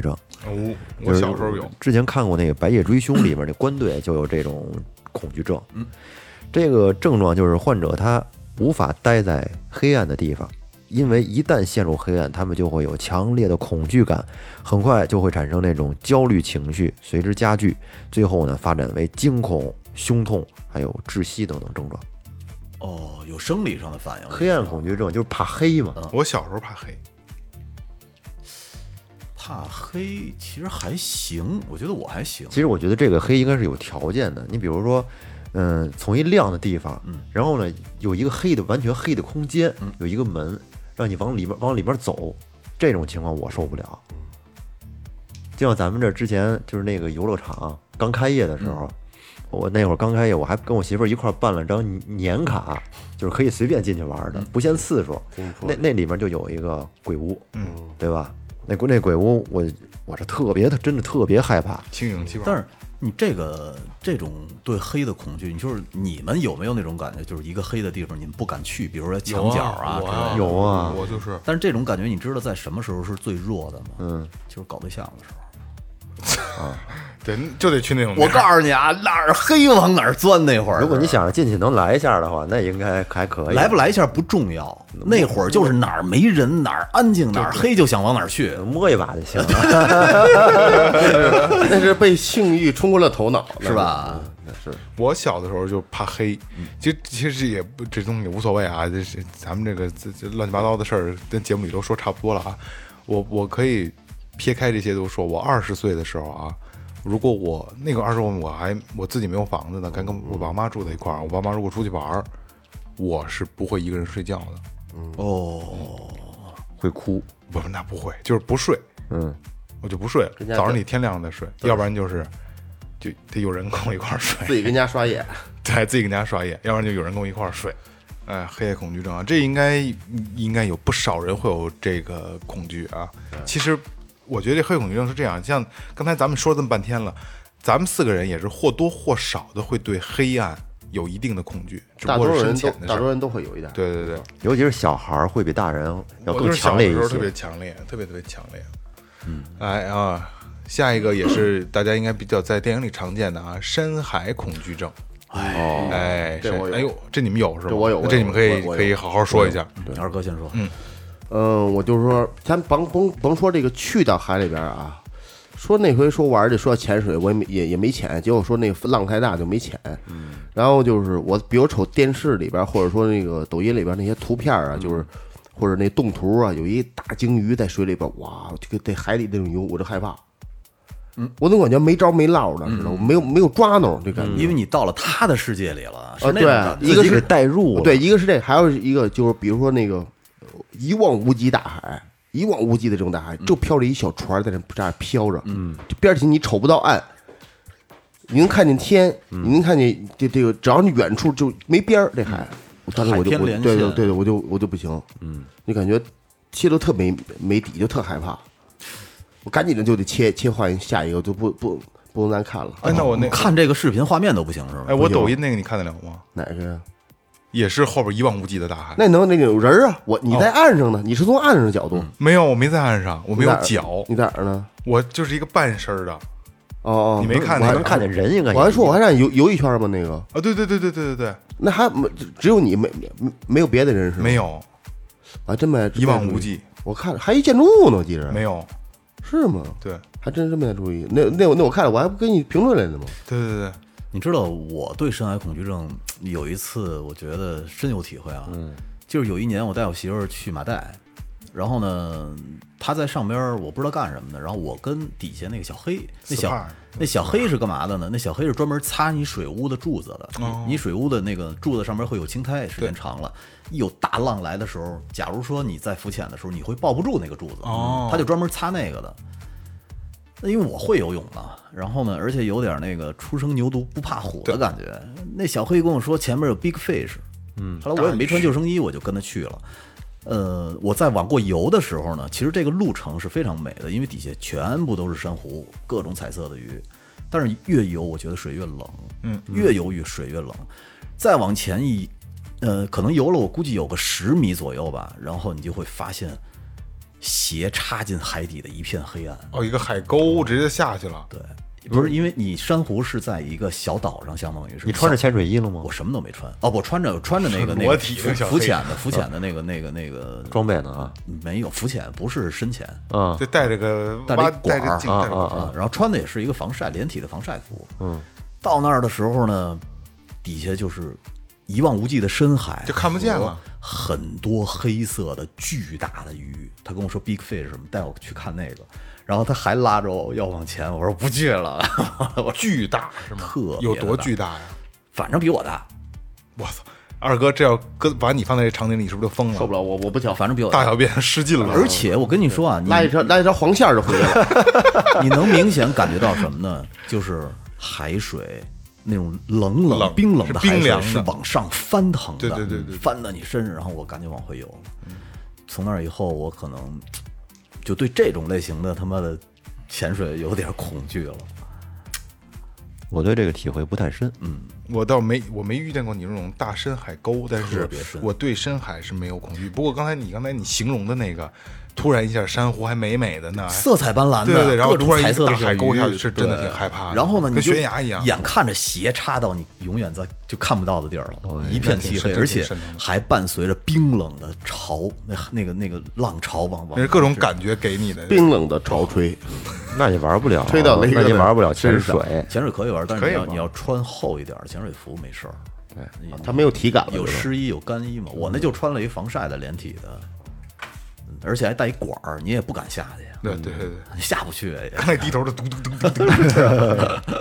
我小时候有， 之前看过那个《白夜追凶》里面那官队就有这种恐惧症。这个症状就是患者他无法待在黑暗的地方，因为一旦陷入黑暗，他们就会有强烈的恐惧感，很快就会产生那种焦虑情绪，随之加剧，最后呢发展为惊恐、胸痛，还有窒息等等症状。 哦，有生理上的反应。 黑暗恐惧症就是怕黑嘛。 我小时候怕黑。 怕黑其实还行，我觉得我还行。 其实我觉得这个黑应该是有条件的。你比如说，从一亮的地方，然后呢有一个黑的完全黑的空间，有一个门让你往里边走，这种情况我受不了。就像咱们这之前就是那个游乐场刚开业的时候，我那会儿刚开业，我还跟我媳妇儿一块办了张年卡，就是可以随便进去玩的，不限次数。那里面就有一个鬼屋，对吧？那鬼屋我是真的特别害怕， 轻盈气泡。 但是你这种对黑的恐惧，你们有没有那种感觉，就是一个黑的地方你们不敢去，比如说墙角啊之类的？ 有啊， 我就是。 但是这种感觉你知道在什么时候是最弱的吗？就是搞对象的时候。 对，就得去那种。 我告诉你啊，哪儿黑往哪儿钻。那会儿， 如果你想着进去能来一下的话，那应该还可以。 来不来一下不重要，那会儿就是哪儿没人，哪儿安静，哪儿黑就想往哪儿去， 摸一把就行了。 那是被性欲冲昏了头脑， 是吧？ 是我小的时候就怕黑，其实也不这东西无所谓啊，这咱们这乱七八糟的事儿，跟节目里都说差不多了啊。我可以撇开这些都说，我20岁的时候啊。如果我那个20我自己没有房子呢，跟我爸妈住在一块儿，我爸妈如果出去玩，我是不会一个人睡觉的。 会哭？ 不，那不会，就是不睡。我就不睡了。早上你天亮再睡，要不然就得有人跟我一块儿睡， 自己跟家刷夜， 对，自己跟家刷夜，要不然就有人跟我一块儿睡。黑夜恐惧症啊，这应该有不少人会有这个恐惧啊。其实。我觉得这黑夜恐惧症是这样，像刚才咱们说了这么半天了，咱们4个人也是或多或少的会对黑暗有一定的恐惧， 大多数人都会有一点。 对对对， 尤其是小孩会比大人要更强烈一些。 我就是小的时候特别强烈，特别强烈。下一个也是大家应该比较在电影里常见的啊，深海恐惧症。这你们有是吧？ 我有， 这你们可以好好说一下。 二哥先说。 我就是说，咱甭说这个去到海里边啊，说那回说玩的说要潜水，我也没潜，结果说那个浪太大就没潜。然后就是我比如瞅电视里边，或者说那个抖音里边那些图片啊，就是或者那动图啊，有一大鲸鱼在水里边，哇，这个在海里那种游，我就害怕。我总感觉没招没落的似的，我没有抓弄这感觉， 因为你到了他的世界里了。 对，一个是带入， 对，一个是这，还有一个就是比如说那个。一望无际大海，一望无际的这种大海，就飘着一小船在这飘着，边儿起你瞅不到岸，你能看见天，你能看见这个，只要你远处就没边儿，这海，当时我就对，我就不行，你感觉切都特没底，就特害怕，我赶紧的就得切换下一个，就不能再看了。 那我看这个视频画面都不行是吧？ 我抖音那个你看得了吗？ 哪个呀？ 也是后边一望无际的大海， 那能那个有人啊？你在岸上呢，你是从岸上的角度？ 没有，我没在岸上，我没有脚。 你在哪儿呢？ 我就是一个半身的。 你没看？ 我还能看见人，应该。 我还说我还让你游一圈吗？那个啊，对， 那还只有你没有别的人是吗？ 没有， 啊，真没一望无际。 我看还一建筑物呢，我记着没有， 是吗？ 对， 还真没注意。那我看了，我还不给你评论来呢吗？ 对。 你知道我对深海恐惧症有一次，我觉得深有体会啊。就是有一年我带我媳妇儿去马代，然后呢，她在上边我不知道干什么的，然后我跟底下那个小黑，那小黑是干嘛的呢？那小黑是专门擦你水屋的柱子的。你水屋的那个柱子上面会有青苔，时间长了，一有大浪来的时候，假如说你在浮潜的时候，你会抱不住那个柱子，他就专门擦那个的。那因为我会游泳嘛，然后呢，而且有点那个初生牛犊不怕虎的感觉。那小黑跟我说前面有 big fish，后来我也没穿救生衣，我就跟他去了。我在往过游的时候呢，其实这个路程是非常美的，因为底下全部都是珊瑚，各种彩色的鱼。但是越游，我觉得水越冷，越游水越冷。再往前可能游了我估计有个10米左右吧，然后你就会发现斜插进海底的一片黑暗。 哦，一个海沟直接下去了。 对，不是因为你珊瑚是在一个小岛上，相当于是。 你穿着潜水衣了吗？ 我什么都没穿。哦，我穿着那个裸体的浮潜的那个装备呢啊？ 没有浮潜，不是深潜啊， 就带着个管儿然后穿的也是一个连体的防晒服。到那儿的时候呢，底下就是一望无际的深海， 就看不见了。 很多黑色的巨大的鱼，他跟我说 big fish 什么，带我去看那个，然后他还拉着我要往前，我说不去了。 我巨大是吗？有多巨大呀？ 反正比我大。 我操！二哥，这要把你放在这场景里，是不是就疯了？ 受不了，我不跳， 反正比我大。 大小便失禁了。 而且我跟你说啊， 拉一条黄线就回来了。 你能明显感觉到什么呢？就是海水。那种冰冷的海水是往上翻腾的， 对， 翻到你身上，然后我赶紧往回游。从那以后，我可能就对这种类型的他妈的潜水有点恐惧了。 我对这个体会不太深， 我没遇见过你这种大深海沟，但是我对深海是没有恐惧。不过刚才你形容的那个。突然一下，珊瑚还美美的呢， 色彩斑斓的， 对，然后突然彩色的海沟下去，是真的挺害怕的。 然后呢， 跟悬崖一样， 眼看着斜插到你永远就看不到的地儿了，一片漆黑，而且还伴随着冰冷的潮，那个浪潮往那是各种感觉给你的冰冷的潮吹， 那你玩不了， 吹到那你玩不了潜水。 潜水可以玩，但是你要穿厚一点的潜水服没事儿。 对， 它没有体感， 有湿衣有干衣嘛。我那就穿了一防晒的连体的。而且还带一管儿，你也不敢下去。 对， 下不去。 刚才低头的嘟嘟嘟嘟嘟。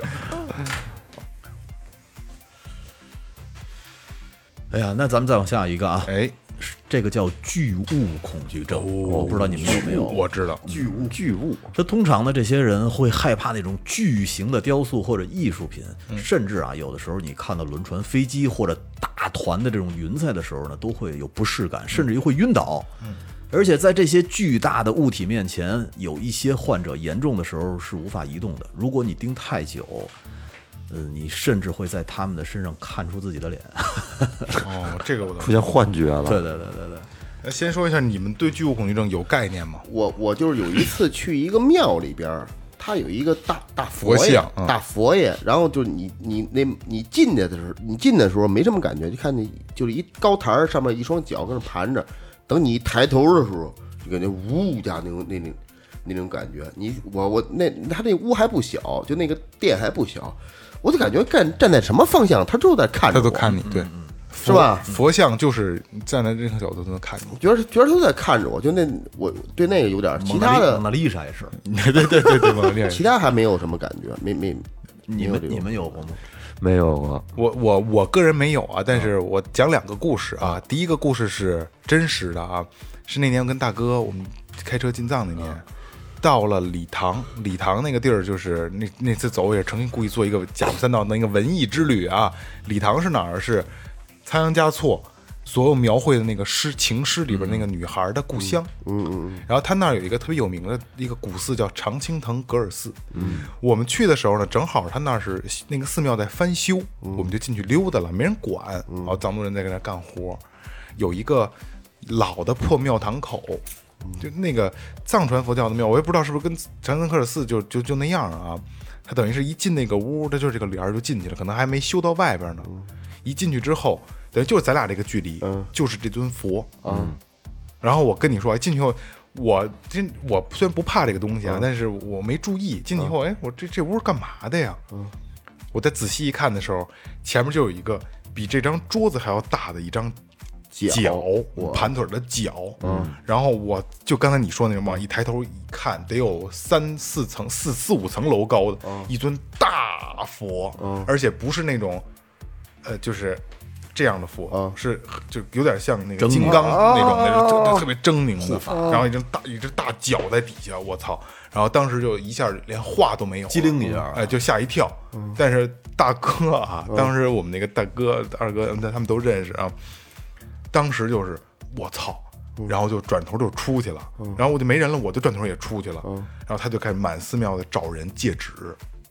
哎呀，那咱们再往下一个啊。 哎， 这个叫巨物恐惧症，我不知道你们有没有。 我知道， 巨物。 这通常呢，这些人会害怕那种巨型的雕塑或者艺术品，甚至啊，有的时候你看到轮船、飞机或者大团的这种云彩的时候呢，都会有不适感，甚至于会晕倒。而且在这些巨大的物体面前，有一些患者严重的时候是无法移动的。如果你盯太久，你甚至会在他们的身上看出自己的脸。 哦，这个我出现幻觉了。 对。 那先说一下，你们对巨物恐惧症有概念吗？ 我就是有一次去一个庙里边，它有一个大佛像， 大佛爷，然后就是你进的时候没什么感觉，就看你就是一高台上面一双脚跟那盘着。等你一抬头的时候，就感觉呜家那种感觉。他那屋还不小，就那个店还不小，我就感觉站在什么方向，他都在看着我， 他都看你，对， 是吧？ 佛像就是站在任何角度都能看你， 觉得都在看着我，我对那个有点，其他的蒙娜丽莎也是， 对，蒙娜丽莎， 其他还没有什么感觉，没。 你们有过吗？ 没有过， 我个人没有啊，但是我讲2个故事啊。第一个故事是真实的啊，是那年我跟大哥我们开车进藏那年，到了礼堂那个地儿，就是那次走也是诚心故意做一个假3道的一个文艺之旅啊。礼堂是哪儿？是仓央嘉措所有描绘的那个情诗里边那个女孩的故乡。然后他那儿有一个特别有名的一个古寺叫常青藤格尔寺。我们去的时候呢，正好他那儿是那个寺庙在翻修，我们就进去溜达了，没人管。然后藏族人在跟那干活，有一个老的破庙堂口，就那个藏传佛教的庙，我也不知道是不是跟常青藤格尔寺就那样啊。他等于是一进那个屋，他就是这个帘就进去了，可能还没修到外边呢。一进去之后，等于就是咱俩这个距离，就是这尊佛。然后我跟你说，进去后，我虽然不怕这个东西啊，但是我没注意。进去以后，哎，我这屋干嘛的呀？我再仔细一看的时候，前面就有一个比这张桌子还要大的一张脚，盘腿的脚。然后我就刚才你说那种嘛，一抬头一看，得有3、4层、4、5层楼高的一尊大佛，而且不是那种。就是这样的佛，是就有点像那个金刚那种，特别狰狞的，然后一只大脚在底下，我操！然后当时就一下连话都没有， 机灵一下， 哎，就吓一跳。但是大哥啊，当时我们那个大哥、二哥他们都认识啊，当时就是我操，然后就转头就出去了，然后我就没人了，我就转头也出去了，然后他就开始满寺庙的找人借纸。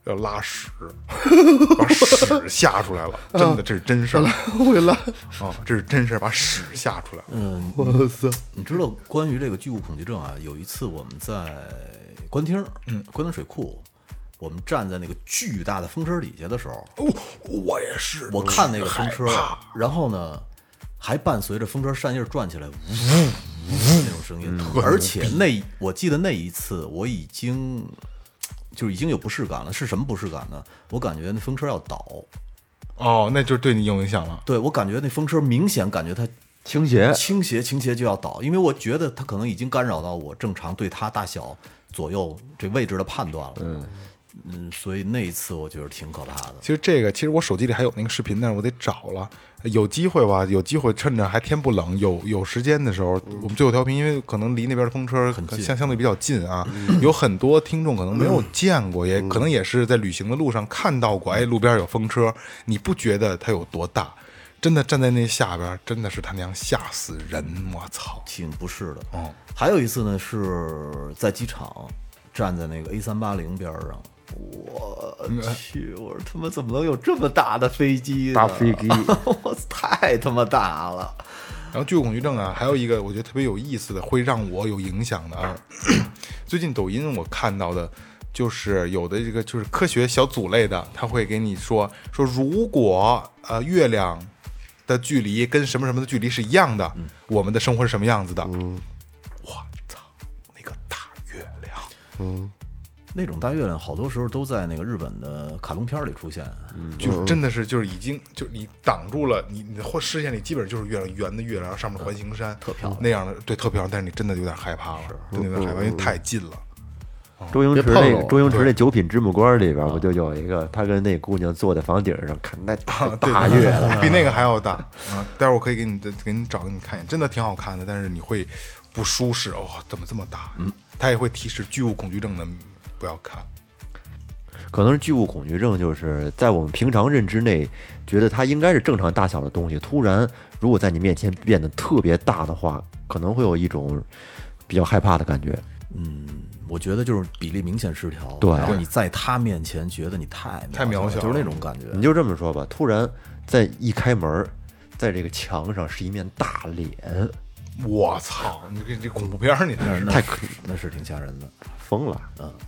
要拉屎，把屎吓出来了，真的，这是真事儿。 会拉这是真事儿，把屎吓出来了。 我操！ 你知道关于这个巨物恐惧症啊，有一次我们在官厅，官厅水库，我们站在那个巨大的风车底下的时候， 我也是， 我看那个风车，然后呢，还伴随着风车扇叶转起来，呜那种声音，而且我记得那一次我已经有不适感了。是什么不适感呢？我感觉那风车要倒。 哦，那就对你有影响了。 对，我感觉那风车明显感觉它倾斜就要倒，因为我觉得它可能已经干扰到我正常对它大小左右这位置的判断了。所以那一次我觉得挺可怕的。 其实我手机里还有那个视频，但是我得找了。有机会趁着还天不冷，有时间的时候，我们最后调频，因为可能离那边的风车相对比较近啊，有很多听众可能没有见过，也可能也是在旅行的路上看到过，路边有风车，你不觉得它有多大？真的站在那下边，真的是他娘吓死人！我操， 挺不适的。还有一次呢，是在机场站在那个 A380边上。我去！我说他妈怎么能有这么大的飞机呢？ 大飞机， 我太他妈大了。 然后巨物恐惧症啊，还有一个我觉得特别有意思的，会让我有影响的啊。最近抖音我看到的，就是有的这个就是科学小组类的，他会给你说如果月亮的距离跟什么什么的距离是一样的，我们的生活是什么样子的？我操，那个大月亮， 那种大月亮好多时候都在那个日本的卡通片里出现， 就真的是就是已经就你挡住了你的视线里基本就是月亮圆的月亮，上面环形山， 特漂亮那样的，对，特漂亮，但是你真的有点害怕了，真的有点害怕，因为太近了。 周星驰那九品芝麻官里边不就有一个，他跟那姑娘坐在房顶上看那大月亮， 比那个还要大啊！待会儿我可以给你找给你看一眼，真的挺好看的，但是你会不舒适哦，怎么这么大？他也会提示巨物恐惧症的。不要看， 可能是巨物恐惧症，就是在我们平常认知内，觉得它应该是正常大小的东西，突然如果在你面前变得特别大的话，可能会有一种比较害怕的感觉。 我觉得就是比例明显失调， 对， 然后你在他面前觉得你太渺小， 就是那种感觉。 你就这么说吧，突然在一开门，在这个墙上是一面大脸， 我操！你这恐怖片你那是挺吓人的， 疯了，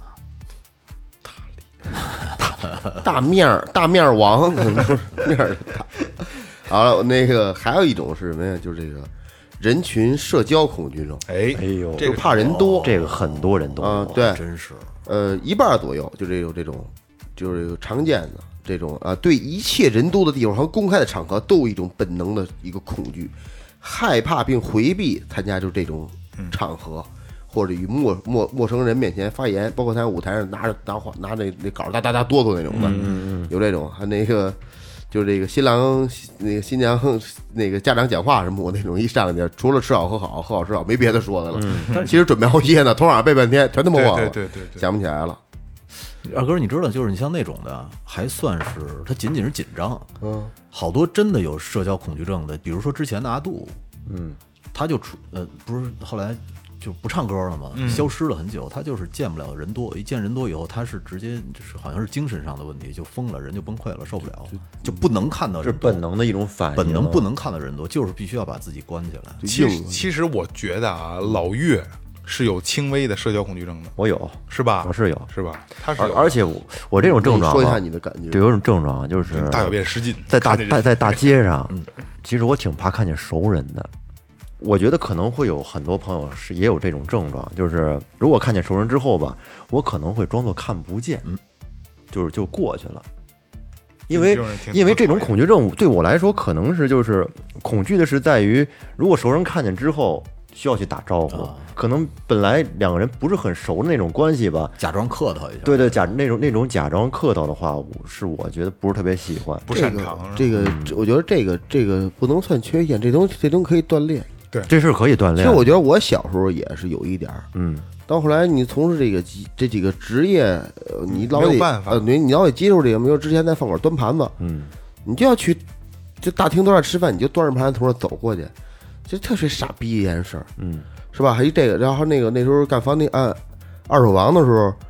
大面王，面儿大。好了，那个还有一种是什么呀？就是这个人群社交恐惧症。 哎呦， 就怕人多， 这个很多人都有对， 真是一半左右就有这种，就是常见的这种对一切人多的地方和公开的场合都有一种本能的一个恐惧，害怕并回避参加就这种场合。或者与陌生人面前发言，包括他在舞台上拿那稿哒哒哒哆嗦那种的，有这种，还那个就是这个新郎那个新娘那个家长讲话什么，我那种一上去除了吃好喝好吃好没别的说的了，其实准备好些呢，头晚上背半天全他妈忘了， 对， 想不起来了。 二哥，你知道，就是你像那种的，还算是他仅仅是紧张，好多真的有社交恐惧症的，比如说之前的阿杜，他就不是后来就不唱歌了嘛，消失了很久。他就是见不了人多，一见人多以后，他是直接就是好像是精神上的问题，就疯了，人就崩溃了，受不了，就不能看到人多。 是本能的一种反应， 本能不能看到人多，就是必须要把自己关起来。 其实我觉得啊，老岳是有轻微的社交恐惧症的， 我有， 是吧？ 我是有， 是吧？他是有， 而且我这种症状， 说一下你的感觉。 对，有种症状就是大小便失禁， 在大街上，其实我挺怕看见熟人的。我觉得可能会有很多朋友也有这种症状，就是如果看见熟人之后吧，我可能会装作看不见，就过去了。因为这种恐惧症对我来说，可能是就是恐惧的是在于，如果熟人看见之后需要去打招呼，可能本来两个人不是很熟的那种关系吧， 假装客套一下。 对，那种假装客套的话，我觉得不是特别喜欢， 不擅长。 这个我觉得这个不能算缺陷，这东西可以锻炼。 对， 这是可以锻炼。 其实我觉得我小时候也是有一点儿，到后来你从事这几个职业，你老得没有办法， 你老得接受这个。比如之前在饭馆端盘子，你就要去就大厅端着吃饭，你就端着盘子从那走过去，这特别傻逼一件事儿，是吧？还有这个，然后那时候干房地二手房的时候，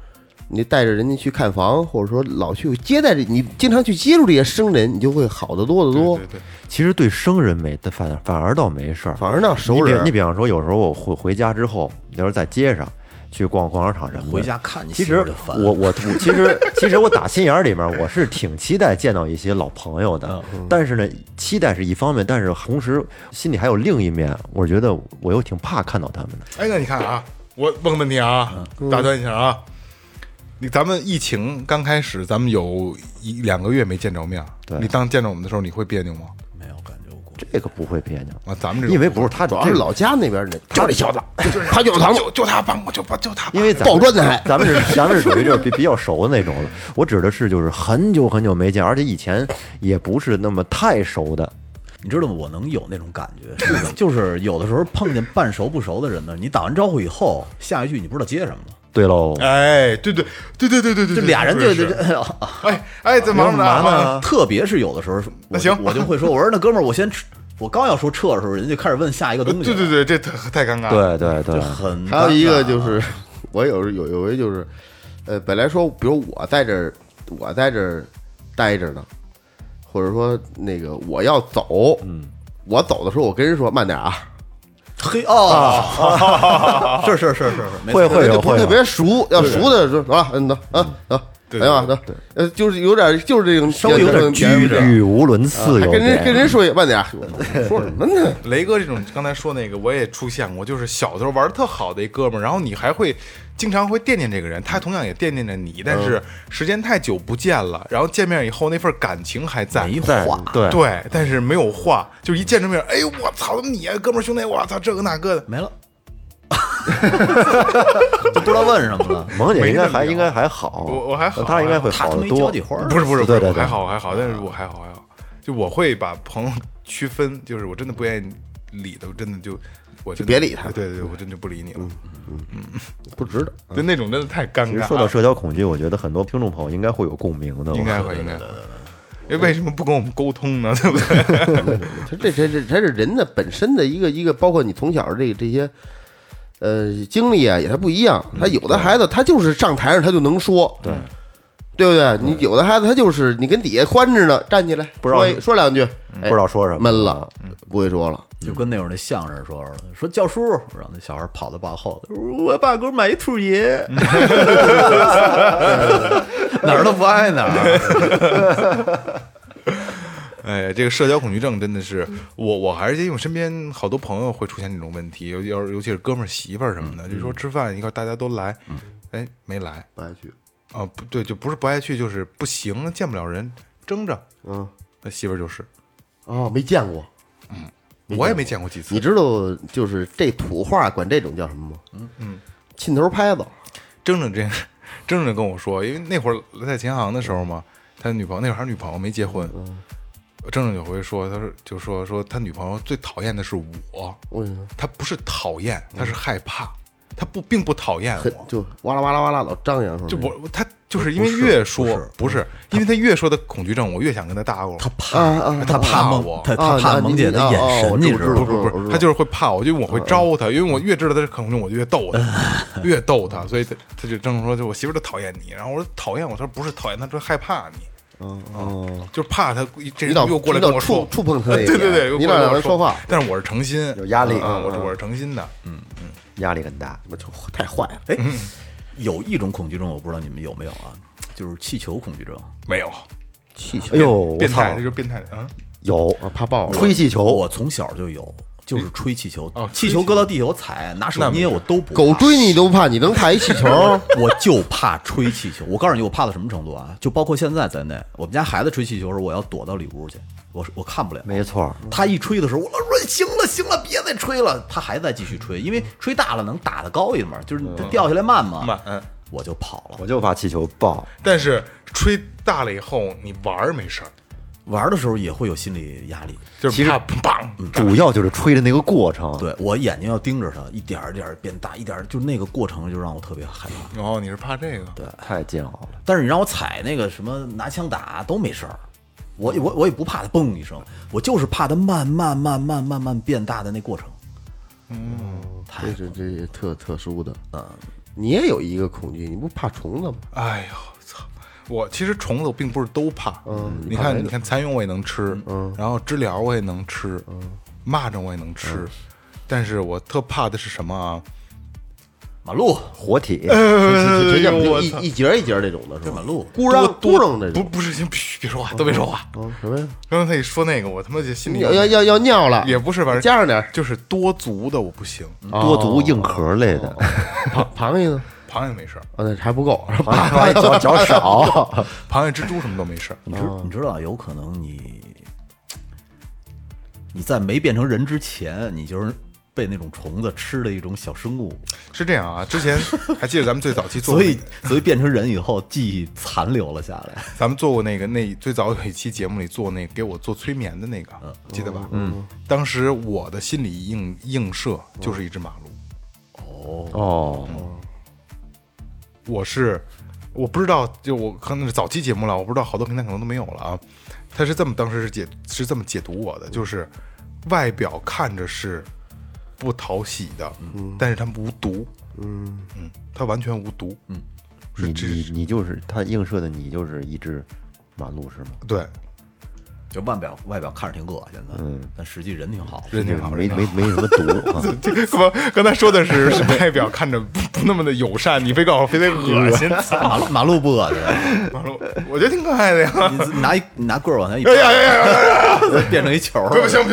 你带着人家去看房，或者说老去接待你经常去接触这些生人，你就会好得多得多。 对， 其实对生人反而倒没事儿， 反而那熟人。 你比方说，有时候我回家之后，有时候在街上去逛逛商场什么的， 回家看你其实其实我打心眼里面我是挺期待见到一些老朋友的，但是呢，期待是一方面，但是同时心里还有另一面，我觉得我又挺怕看到他们的。 哎，那你看啊，我问个问题啊，打断一下啊。咱们疫情刚开始，咱们有1-2个月没见着面。你当见着我们的时候，你会别扭吗？ 没有感觉过， 这个不会别扭啊。咱们这因为不是他， 主要是老家那边人，就这小子，他就是他， 就他帮我，就他。 因为抱砖的还， 咱们是属于就是比较熟的那种了。我指的是就是很久很久没见，而且以前也不是那么太熟的。 你知道吗？我能有那种感觉，就是有的时候碰见半熟不熟的人呢，你打完招呼以后，下一句你不知道接什么了。 对喽， 哎，对， 就俩人就哎，在忙呢。 特别是有的时候， 那行， 我就会说，我说那哥们儿，我刚要说撤的时候，人家就开始问下一个东西。 对，这太尴尬了。 对， 很。 还有一个就是，我有回就是，本来说，比如我在这儿待着呢，或者说那个我要走，我走的时候，我跟人说慢点啊。 嘿哦，是， 会有特别熟，要熟的说啊，走，哎呀，走，就是有点就是这种稍微有点语无伦次， 跟人说慢点，说什么呢？ 雷哥这种刚才说那个我也出现过，就是小时候玩的特好的一哥们儿，然后你还会经常会惦念这个人，他同样也惦念着你，但是时间太久不见了，然后见面以后那份感情还在， 没话， 对，但是没有话，就是一见着面，哎呦我操，你哥们儿兄弟，我操这个那个的没了。就不知道问什么了。 萌姐应该还好， 我还好， 她应该会好得多。 不是， 对， 还好，但是我还好，就我会把朋友区分，就是我真的不愿意理的，真的就别理他。 对，我真就不理你了。 不值得。 就那种真的太尴尬。 说到社交恐惧，我觉得很多听众朋友应该会有共鸣的。 应该会。为什么不跟我们沟通呢？对不对？ 这是人的本身的一个，包括你从小这些。经历啊也还不一样，他有的孩子他就是上台上他就能说，对不对？你有的孩子他就是你跟底下欢着呢，站起来不知道说两句， 不知道说什么， 闷了，不会说了， 就跟那会儿那相声说教书，然后那小孩跑到爸后头，我爸给我买一兔爷，哪儿都不挨哪儿。 哎，这个社交恐惧症真的是我还是因为我身边好多朋友会出现这种问题，尤其是哥们儿媳妇儿什么的，就说吃饭一块大家都来，哎没来， 不爱去啊，不对，就不是不爱去，就是不行，见不了人，争着，那媳妇儿就是没见过， 我也没见过几次。 你知道就是这土话管这种叫什么吗？沁头拍子。 争着跟我说，因为那会儿在琴行的时候嘛，他女朋友那会儿还是女朋友没结婚。郑有回说，他说他女朋友最讨厌的是我，他不是讨厌，他是害怕，他并不讨厌我， 就哇啦哇啦哇啦老张扬， 就他就是因为越说不是，因为他越说的恐惧症，我越想跟他搭过， 他怕我，他怕萌姐的眼神，你知道不？不，他就是会怕我，因为我会招他，因为我越知道他是恐惧症，我就越逗他，所以他就郑说，就我媳妇都讨厌你，然后我说讨厌我，他说不是讨厌，他说害怕你。就是怕他这人又过来跟我说触碰他， 对， 你老让人说话， 但是我是诚心， 有压力啊，我是诚心的， 压力很大， 太坏了。 哎，有一种恐惧症，我不知道你们有没有啊，就是气球恐惧症。 没有气球， 哎呦， 变态，这就是变态啊！ 有怕爆， 吹气球， 我从小就有。就是吹气球，气球搁到地下我踩，拿手捏我都不怕。 狗追你都怕，你能怕一气球？ 我就怕吹气球。我告诉你，我怕到什么程度啊？就包括现在在内，我们家孩子吹气球的时候，我要躲到里屋去，我看不了。 没错， 他一吹的时候，我说行了，别再吹了。他还在继续吹，因为吹大了能打得高一点嘛，就是它掉下来慢嘛。我就跑了， 我就怕气球爆。 但是吹大了以后，你玩没事儿。 玩的时候也会有心理压力， 就是怕砰， 主要就是吹的那个过程。 对，我眼睛要盯着它，一点一点变大，一点就那个过程就让我特别害怕。 哦，你是怕这个？ 对， 太煎熬了。 但是你让我踩那个什么拿枪打都没事儿，我也不怕它嘣一声，我就是怕它慢慢变大的那过程。 这特殊的， 你也有一个恐惧，你不怕虫子吗？ 哎呦操！我其实虫子我并不是都怕，你看蚕蛹我也能吃，然后知了我也能吃，蚂蚱我也能吃，但是我特怕的是什么啊？ 马路活体， 就一节一节这种的是吧？ 马路咕嚷这种， 不是，行，别说话，都别说话。 什么呀？ 刚才他一说那个，我他妈就心里要尿了， 也不是，反正加上点， 就是多足的我不行， 多足硬壳类的， 螃蟹呢？ 螃蟹没事， 那还不够， 螃蟹脚少， 螃蟹、蜘蛛什么都没事。 你知道，有可能你在没变成人之前，你就是被那种虫子吃的一种小生物。 是这样啊，之前还记得咱们最早期做过， 所以变成人以后记忆残留了下来。 咱们做过那最早有一期节目里做那个给我做催眠的那个，记得吧？当时我的心理映射就是一只马路。我不知道，就我可能是早期节目了，我不知道好多平台可能都没有了啊。他是当时是这么解读我的，就是外表看着是不讨喜的，但是他无毒，他完全无毒， 你就是他映射的，你就是一只马路是吗？ 对， 就外表看着挺恶心的，但实际人挺好， 人挺好， 没什么毒啊。 刚才说的是外表看着不那么的友善，你非告诉我非得恶心。 马路不恶心， 马路我觉得挺可爱的呀。 你拿棍儿往那一哎呀， 变成一球。 不行，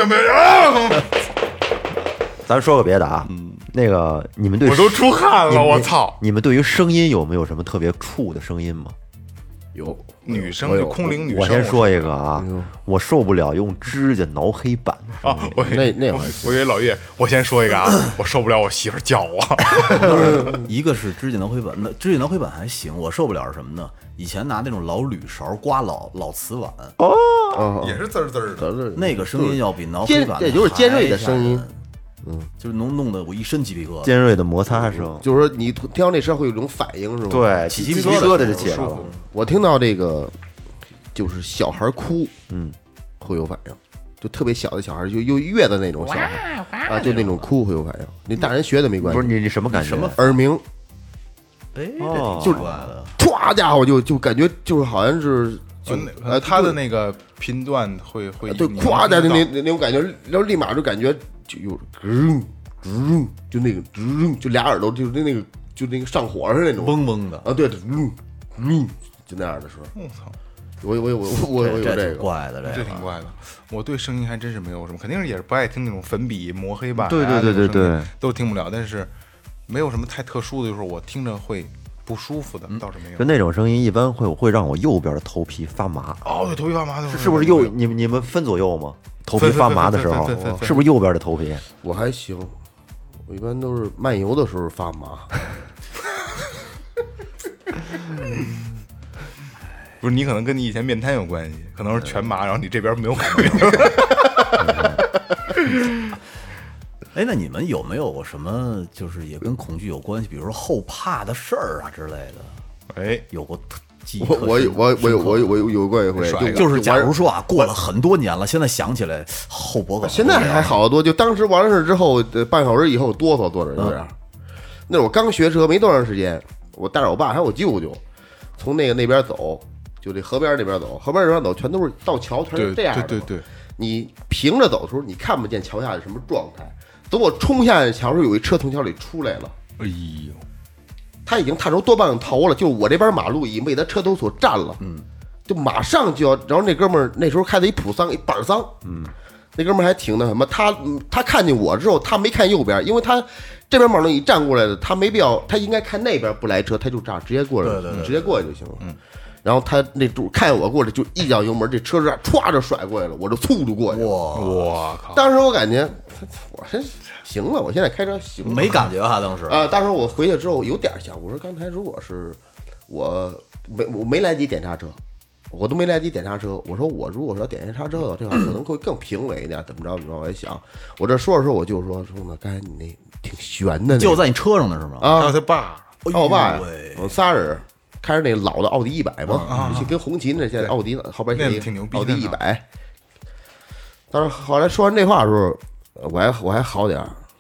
咱说个别的啊，那个你们对我都出汗了，我操！ 你们对于声音有没有什么特别怵的声音吗？ 有女生，空灵女生。 我先说一个啊，我受不了用指甲挠黑板啊！ 我以为老岳，我先说一个啊，我受不了我媳妇叫我。 一个是指甲挠黑板，那指甲挠黑板还行，我受不了是什么呢？以前拿那种老铝勺刮老瓷碗， 也是滋儿滋儿的， 那个声音要比挠黑板这就是尖锐的声音。 就是能弄得我一身鸡皮疙瘩， 尖锐的摩擦声， 就是说你听到那声会有一种反应，是吗？ 对， 起鸡皮疙瘩就起来了。 我听到这个就是小孩哭，会有反应，就特别小的小孩，就月的那种小孩啊，就那种哭会有反应。你大人学的没关系。 不是你什么感觉？ 什么耳鸣？ 哎， 就是唰家伙就感觉就是好像是。 他的那个频段会对，咵的那种感觉，然后立马就感觉就有就那个就俩耳朵就那个上火似的那种嗡嗡的啊，对，就那样的时候。 我操！ 我有这个怪的， 这挺怪的。我对声音还真是没有什么，肯定是也是不爱听那种粉笔磨黑板， 对， 都听不了。但是没有什么太特殊的，就是我听着会不舒服的，倒是没有。 就那种声音一般会让我右边的头皮发麻。 哦，对，头皮发麻的是不是右？你们分左右吗？头皮发麻的时候，是不是右边的头皮？ 我还行，我一般都是漫游的时候发麻。 不是，你可能跟你以前面瘫有关系，可能是全麻，然后你这边没有感觉。 哎，那你们有没有过什么就是也跟恐惧有关系，比如说后怕的事儿啊之类的？ 哎， 有过记忆？ 我有过一回， 就是假如说啊，过了很多年了，现在想起来后脖梗。 现在还好多，就当时完了事之后，半小时以后哆嗦坐着有点。那我刚学车没多长时间，我带着我爸还有我舅舅，从那边走，就这河边那边走，河边这边走全都是到桥，全是这样的。 对， 你平着走的时候，你看不见桥下是什么状态。等我冲下桥时候，有一车从桥里出来了。 哎呦， 他已经探出多半个头了，就我这边马路已经被他车头所占了。就马上就要，然后那哥们儿那时候开的一普桑，一板桑。那哥们儿还挺那什么，他看见我之后，他没看右边，因为他这边马路一站过来的，他没必要，他应该看那边不来车，他就这样直接过来，直接过来就行了。然后他那主看见我过来，就一脚油门，这车这歘就甩过来了，我就速度过去了。 我靠！ 当时我感觉我这行了，我现在开车行了， 没感觉哈，当时啊，当时我回去之后有点想，我说刚才如果是我没来及点刹车，我都没来及点刹车，我说我如果说点刹车的这块可能会更平稳一点，怎么着？我一想，我这说着说我就说呢，刚才你那挺悬的， 就在你车上的是吗？ 啊， 还有他爸， 我爸呀，我仨人。开着那老的奥迪100嘛，跟红旗那现在奥迪后边写挺牛逼， 奥迪100。但是后来说完这话的时候，我还好点，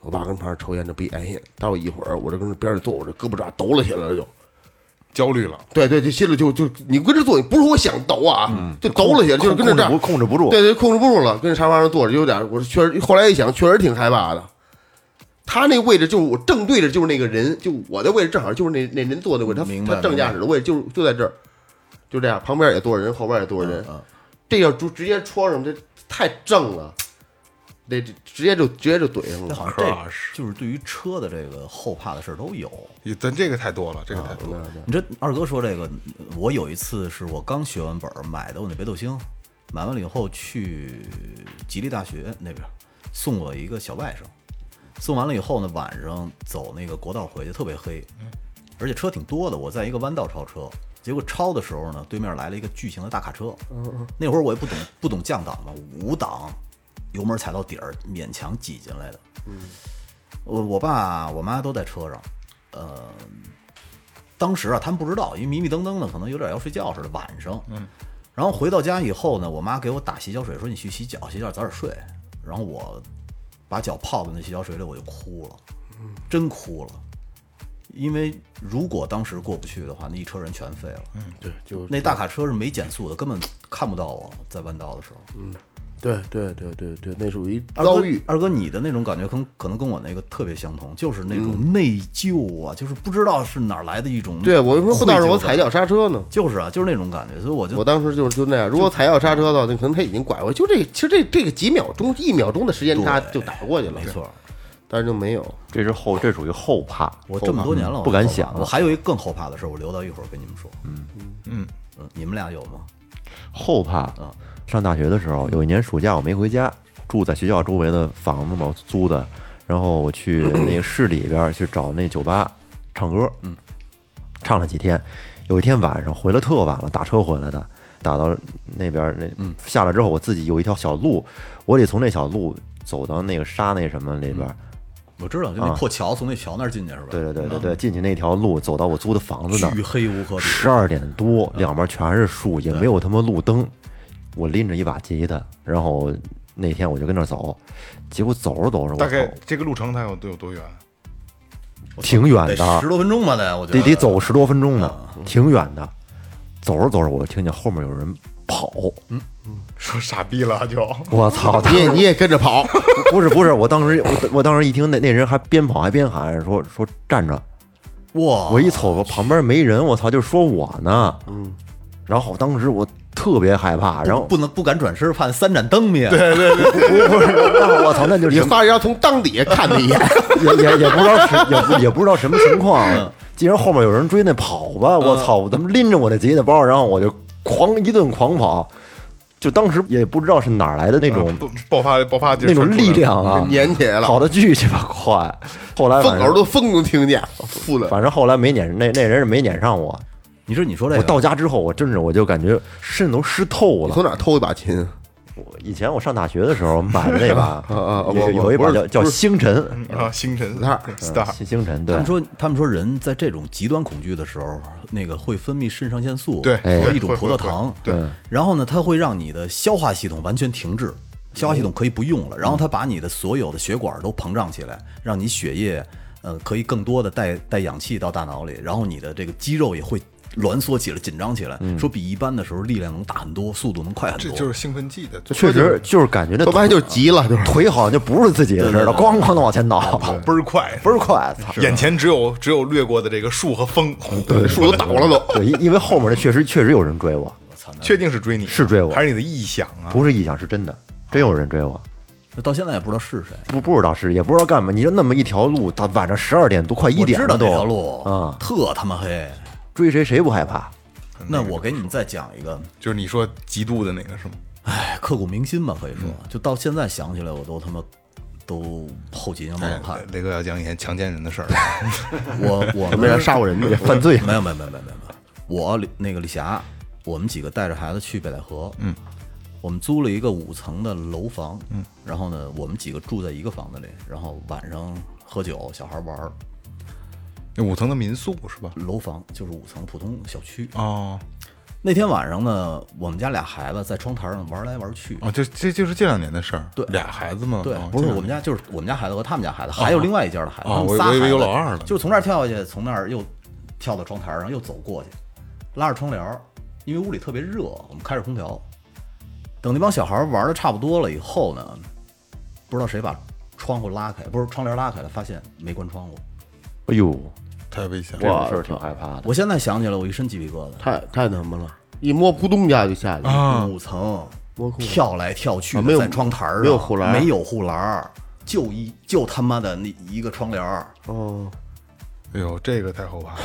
我爸跟旁边抽烟就别挨下。待会一会儿，我这跟这边上坐，我这胳膊爪抖了起来了，就焦虑了。 对，这心里就你跟这坐，不是我想抖啊，就抖了起来，就是跟这这控制不住。 对，控制不住了，跟沙发上坐着有点，我确实后来一想，确实挺害怕的。他那位置就是我正对着就是那个人，就我的位置正好就是那人坐的位置，他正驾驶的位置就在这儿，就这样，旁边也坐着人，后边也坐着人，这要直接戳上，这太正了，这直接就怼上了。 好像这就是对于车的这个后怕的事儿都有， 咱这个太多了，这个太多了。 你这二哥说这个，我有一次是我刚学完本买的我那北斗星，买完了以后去吉利大学那边送我一个小外甥。送完了以后呢，晚上走那个国道回去，特别黑，而且车挺多的。我在一个弯道超车，结果超的时候呢，对面来了一个巨型的大卡车。那会儿我也不懂降档嘛，5档，油门踩到底儿，勉强挤进来的。我爸我妈都在车上，当时啊，他们不知道，因为迷迷瞪瞪的，可能有点要睡觉似的。晚上，然后回到家以后呢，我妈给我打洗脚水，说你去洗脚，早点睡。然后我把脚泡在那洗脚水里，我就哭了，真哭了。因为如果当时过不去的话，那一车人全废了。 对，就那大卡车是没减速的，根本看不到我在弯道的时候。 对，那属于遭遇。 二哥，你的那种感觉可能跟我那个特别相同，就是那种内疚啊，就是不知道是哪来的一种。 对，我为什么不当时我踩脚刹车呢？ 就是啊，就是那种感觉，所以我当时就那样。如果踩脚刹车的话，那可能他已经拐过去。其实这个几秒钟、1秒钟的时间差就打过去了， 没错。 但是就没有， 这属于后怕。 我这么多年了， 不敢想。 我还有一个更后怕的事，我留到一会儿跟你们说。你们俩有吗？ 后怕上大学的时候，有一年暑假我没回家，住在学校周围的房子嘛，我租的。然后我去那个市里边去找那酒吧唱歌，唱了几天。有一天晚上回来特晚了，打车回来的，打到那边下来之后，我自己有一条小路，我得从那小路走到那个沙那什么那边。 我知道，就那破桥，从那桥那儿进去是吧？ 对，进去那条路，走到我租的房子那儿， 巨黑无可比。 12点多，两边全是树，也没有他妈路灯。我拎着一把吉他，然后那天我就跟那走，结果走着走着， 大概这个路程它有多远？ 挺远的 ，10多分钟吧得，我觉得走10多分钟呢，挺远的。走着走着，我就听见后面有人跑， 说傻逼了就， 我操！ 你也跟着跑？ 不是，我当时一听那人还边跑还边喊说站着， 哇！ 我一瞅旁边没人，我操，就说我呢，然后当时我特别害怕，然后不敢转身，怕3盏灯灭。 对， 不是，我操，那就是你发要从裆底下看他一眼， 也不知道什么情况。既然后面有人追，那跑吧，我操！我他妈拎着我那吉他包，然后我就一顿狂跑。就当时也不知道是哪儿来的那种爆发那种力量啊， 撵起来了， 跑得巨鸡巴快。后来耳朵风都听见， 反正后来没撵那人是没撵上我。 你说这个， 我到家之后，我就感觉身都湿透了。 从哪偷一把琴？ 以前我上大学的时候买的那把，有一把叫星辰星辰 Star 星辰。对， 他们说人在这种极端恐惧的时候，那个会分泌肾上腺素， 对， 和一种葡萄糖， 对。 然后呢，它会让你的消化系统完全停滞，消化系统可以不用了，然后它把你的所有的血管都膨胀起来，让你血液可以更多的带氧气到大脑里，然后你的这个肌肉也会挛缩起来，紧张起来，说比一般的时候力量能大很多，速度能快很多。 这就是兴奋剂的， 确实就是感觉那多半就是急了，就是腿好像就不是自己的似的，咣咣的往前倒， 倍儿快，眼前只有掠过的这个树和风， 对，树都倒了都。 对，因为后面那确实有人追我， 确定是追你， 是追我， 还是你的臆想啊？ 不是臆想，是真的，真有人追我。 到现在也不知道是谁， 不知道是，也不知道干嘛。你说那么一条路，到晚上12点多，快1点了都。 我知道那条路特他妈黑， 追谁不害怕？ 那我给你们再讲一个， 就是你说极度的那个是吗？ 哎，刻骨铭心吧，可以说，就到现在想起来，我都他妈都后脊梁冒冷汗。 雷哥要讲以前强奸人的事儿， 我没人杀过人的犯罪， 没有。我那个李霞，我们几个带着孩子去北戴河，我们租了一个5层的楼房，然后呢，我们几个住在一个房子里，然后晚上喝酒，小孩玩。 那5层的民宿是吧？ 楼房就是5层普通小区哦。 那天晚上呢，我们家俩孩子在窗台上玩来玩去。 这就是这2年的事儿。 对， 俩孩子吗？ 对，不是我们家，就是我们家孩子和他们家孩子，还有另外一家的孩子。他们仨我以为有老二了。 就是从那儿跳下去，从那儿又跳到窗台上，又走过去，拉着窗帘，因为屋里特别热，我们开着空调。等那帮小孩玩的差不多了以后呢，不知道谁把窗户拉开，不是窗帘拉开了，发现没关窗户。 哎呦， 太危险了！ 这种事儿挺害怕的。 我现在想起来，我一身鸡皮疙瘩。 太他妈了，一摸扑通一下就下去了 5层，跳来跳去没有在窗台上， 没有护栏， 没有护栏，就他妈的那一个窗帘。 哦， 哎呦，这个太后怕了。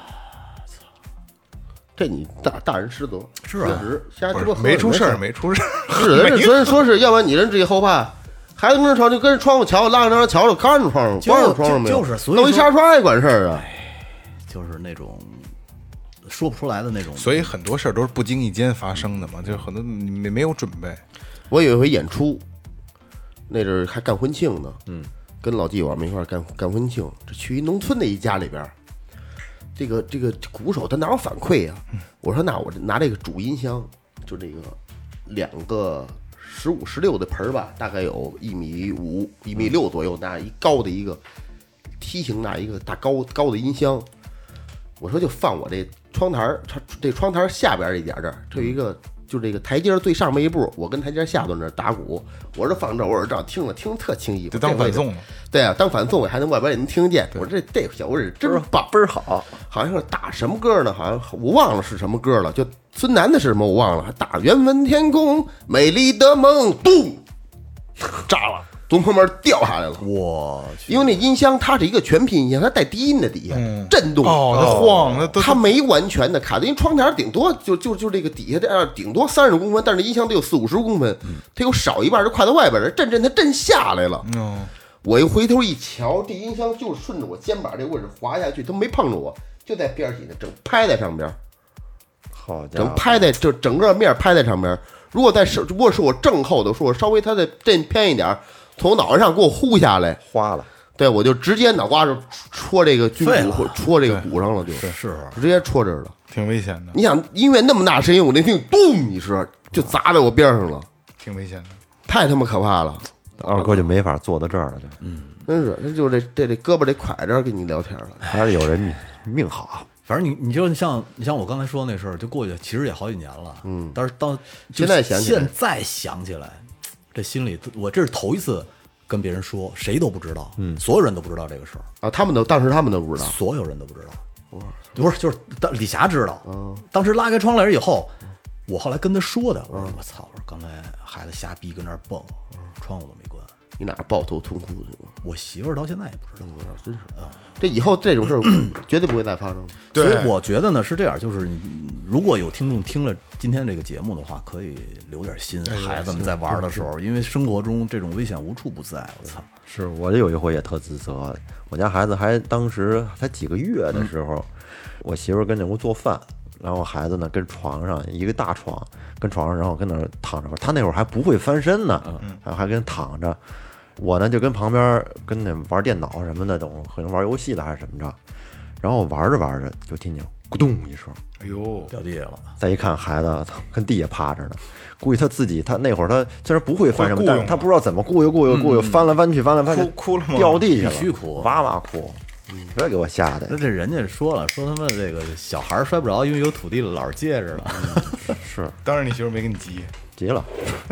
这你大人失责， 是啊， 瞎鸡巴喝没出事儿，没出事儿。 是的，人说是要不然你人自己后怕。孩子跟着床就跟着窗户瞧，拉着那瞧着，看着窗户，光着窗户没有， 就是所以弄一纱窗也管事儿啊。 就是那种说不出来的那种。 所以很多事儿都是不经意间发生的嘛，就是很多你没有准备。 我有一回演出，那阵儿还干婚庆呢，跟老纪我们一块儿干婚庆，这去一农村的一家里边，这个鼓手他哪有反馈呀？我说那我拿这个主音箱，就这个2个15、16的盆儿吧，大概有1.5米、1.6米左右，那一高的一个梯形，那一个大高的音箱。我说就放我这窗台儿，这窗台下边一点这儿，这有一个就这个台阶最上面一步，我跟台阶下头那儿打鼓，我说放这儿，我说这样听特清晰， 就当反送了。 对啊，当反送还能外边也能听得见。我说这小味儿真棒， 倍儿好。 好像是打什么歌呢？好像我忘了是什么歌了，就孙楠的是什么我忘了，还打缘分天空美丽的梦，咚，炸了。从旁边掉下来了， 我去！ 因为那音箱它是一个全频音箱，它带低音的底下震动， 它晃， 它没完全的卡在，因为窗台顶多就这个底下这样顶多30公分，但是音箱得有40-50公分，它有少一半就跨到外边了，震它震下来了。我一回头一瞧，这音箱就顺着我肩膀这位置滑下去，它没碰着我，就在边体呢，整拍在上边。 好家伙， 整拍在就整个面拍在上边。如果是我正后头，说我稍微它再震偏一点。从脑袋上给我呼下来， 花了， 对我就直接脑瓜子戳这个军鼓，戳这个鼓上了，就是直接戳这儿了， 挺危险的。 你想音乐那么大声音，我那听咚一声就砸在我边上了， 挺危险的， 太他妈可怕了。 二哥就没法坐到这儿了， 真是，那就这胳膊这挎着跟你聊天了， 还是有人命好。 反正你就像我刚才说那事儿，就过去其实也好几年了，但是到现在想起来。这心里，我这是头一次跟别人说，谁都不知道，所有人都不知道这个事儿啊。当时他们都不知道， 所有人都不知道。不是，就是李霞知道。当时拉开窗帘以后，我后来跟他说的，我说我操，我说刚才孩子瞎逼跟那儿蹦，窗户都没关。 你哪抱头痛哭去吗？ 我媳妇儿到现在也不知道， 真是啊！这以后这种事儿绝对不会再发生。 所以我觉得呢是这样，就是如果有听众听了今天这个节目的话，可以留点心，孩子们在玩的时候，因为生活中这种危险无处不在。我操！ 是我有一回也特自责，我家孩子当时才几个月的时候，我媳妇跟那屋做饭，然后孩子呢跟床上一个大床跟床上，然后跟那躺着，他那会儿还不会翻身呢，还跟躺着。我呢就跟旁边跟那玩电脑什么的，可能玩游戏了还是怎么着，然后玩着玩着就听见咕咚一声， 哎呦， 掉地下了。 再一看孩子跟地下趴着呢，估计他那会儿他虽然不会翻什么，但是他不知道怎么咕悠翻来翻去， 哭了吗？ 掉地下了， 必须哭， 哇哇哭，这给我吓的。 那这人家说了，说他们这个小孩摔不着，因为有土地了，老是接着了。 是， 当然你媳妇没跟你急了。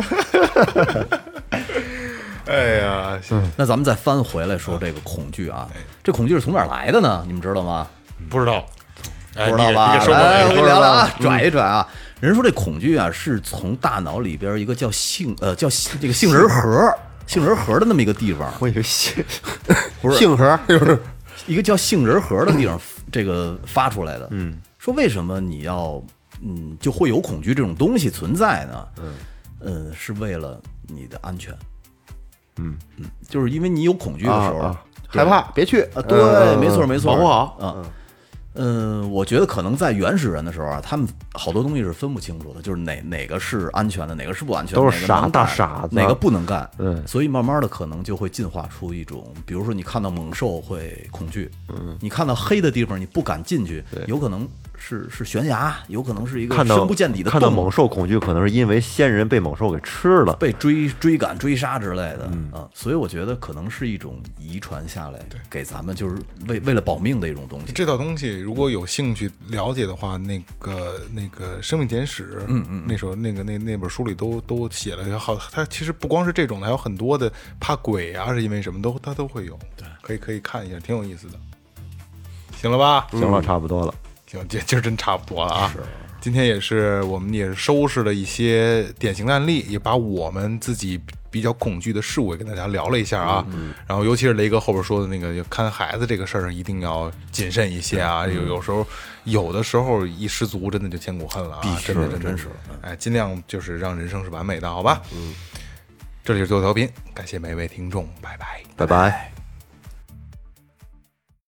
哎呀， 那咱们再翻回来说这个恐惧啊，这恐惧是从哪儿来的呢？你们知道吗？ 不知道， 不知道吧？来，我跟你聊聊啊，拽一拽啊。人说这恐惧啊，是从大脑里边一个叫这个杏仁核的那么一个地方。 我以为不是杏核，就是一个叫杏仁核的地方，这个发出来的。说为什么你要就会有恐惧这种东西存在呢？是为了你的安全。就是因为你有恐惧的时候， 害怕，别去。 对，没错， 保护好。 我觉得可能在原始人的时候啊，他们好多东西是分不清楚的，就是哪个是安全的，哪个是不安全的， 都是大傻子， 哪个不能干。所以慢慢的可能就会进化出一种，比如说你看到猛兽会恐惧，你看到黑的地方你不敢进去，有可能悬崖，有可能是一个看到深不见底的洞。 看到猛兽恐惧，可能是因为先人被猛兽给吃了， 被追赶、追杀之类的所以我觉得可能是一种遗传下来给咱们就是为了保命的一种东西。 这套东西如果有兴趣了解的话，那个《生命简史》，那本书里都写了好，它其实不光是这种的，还有很多的怕鬼啊，是因为什么它都会有。对，可以看一下，挺有意思的。行了吧？ 行了，差不多了。 行，今儿真差不多了啊。今天我们也是收拾了一些典型的案例，也把我们自己比较恐惧的事物也跟大家聊了一下啊。然后尤其是雷哥后边说的那个看孩子这个事儿，一定要谨慎一些啊。有的时候一失足真的就千古恨了啊，真是。哎，尽量就是让人生是完美的，好吧？这里是最后调频，感谢每位听众，拜拜， 拜拜。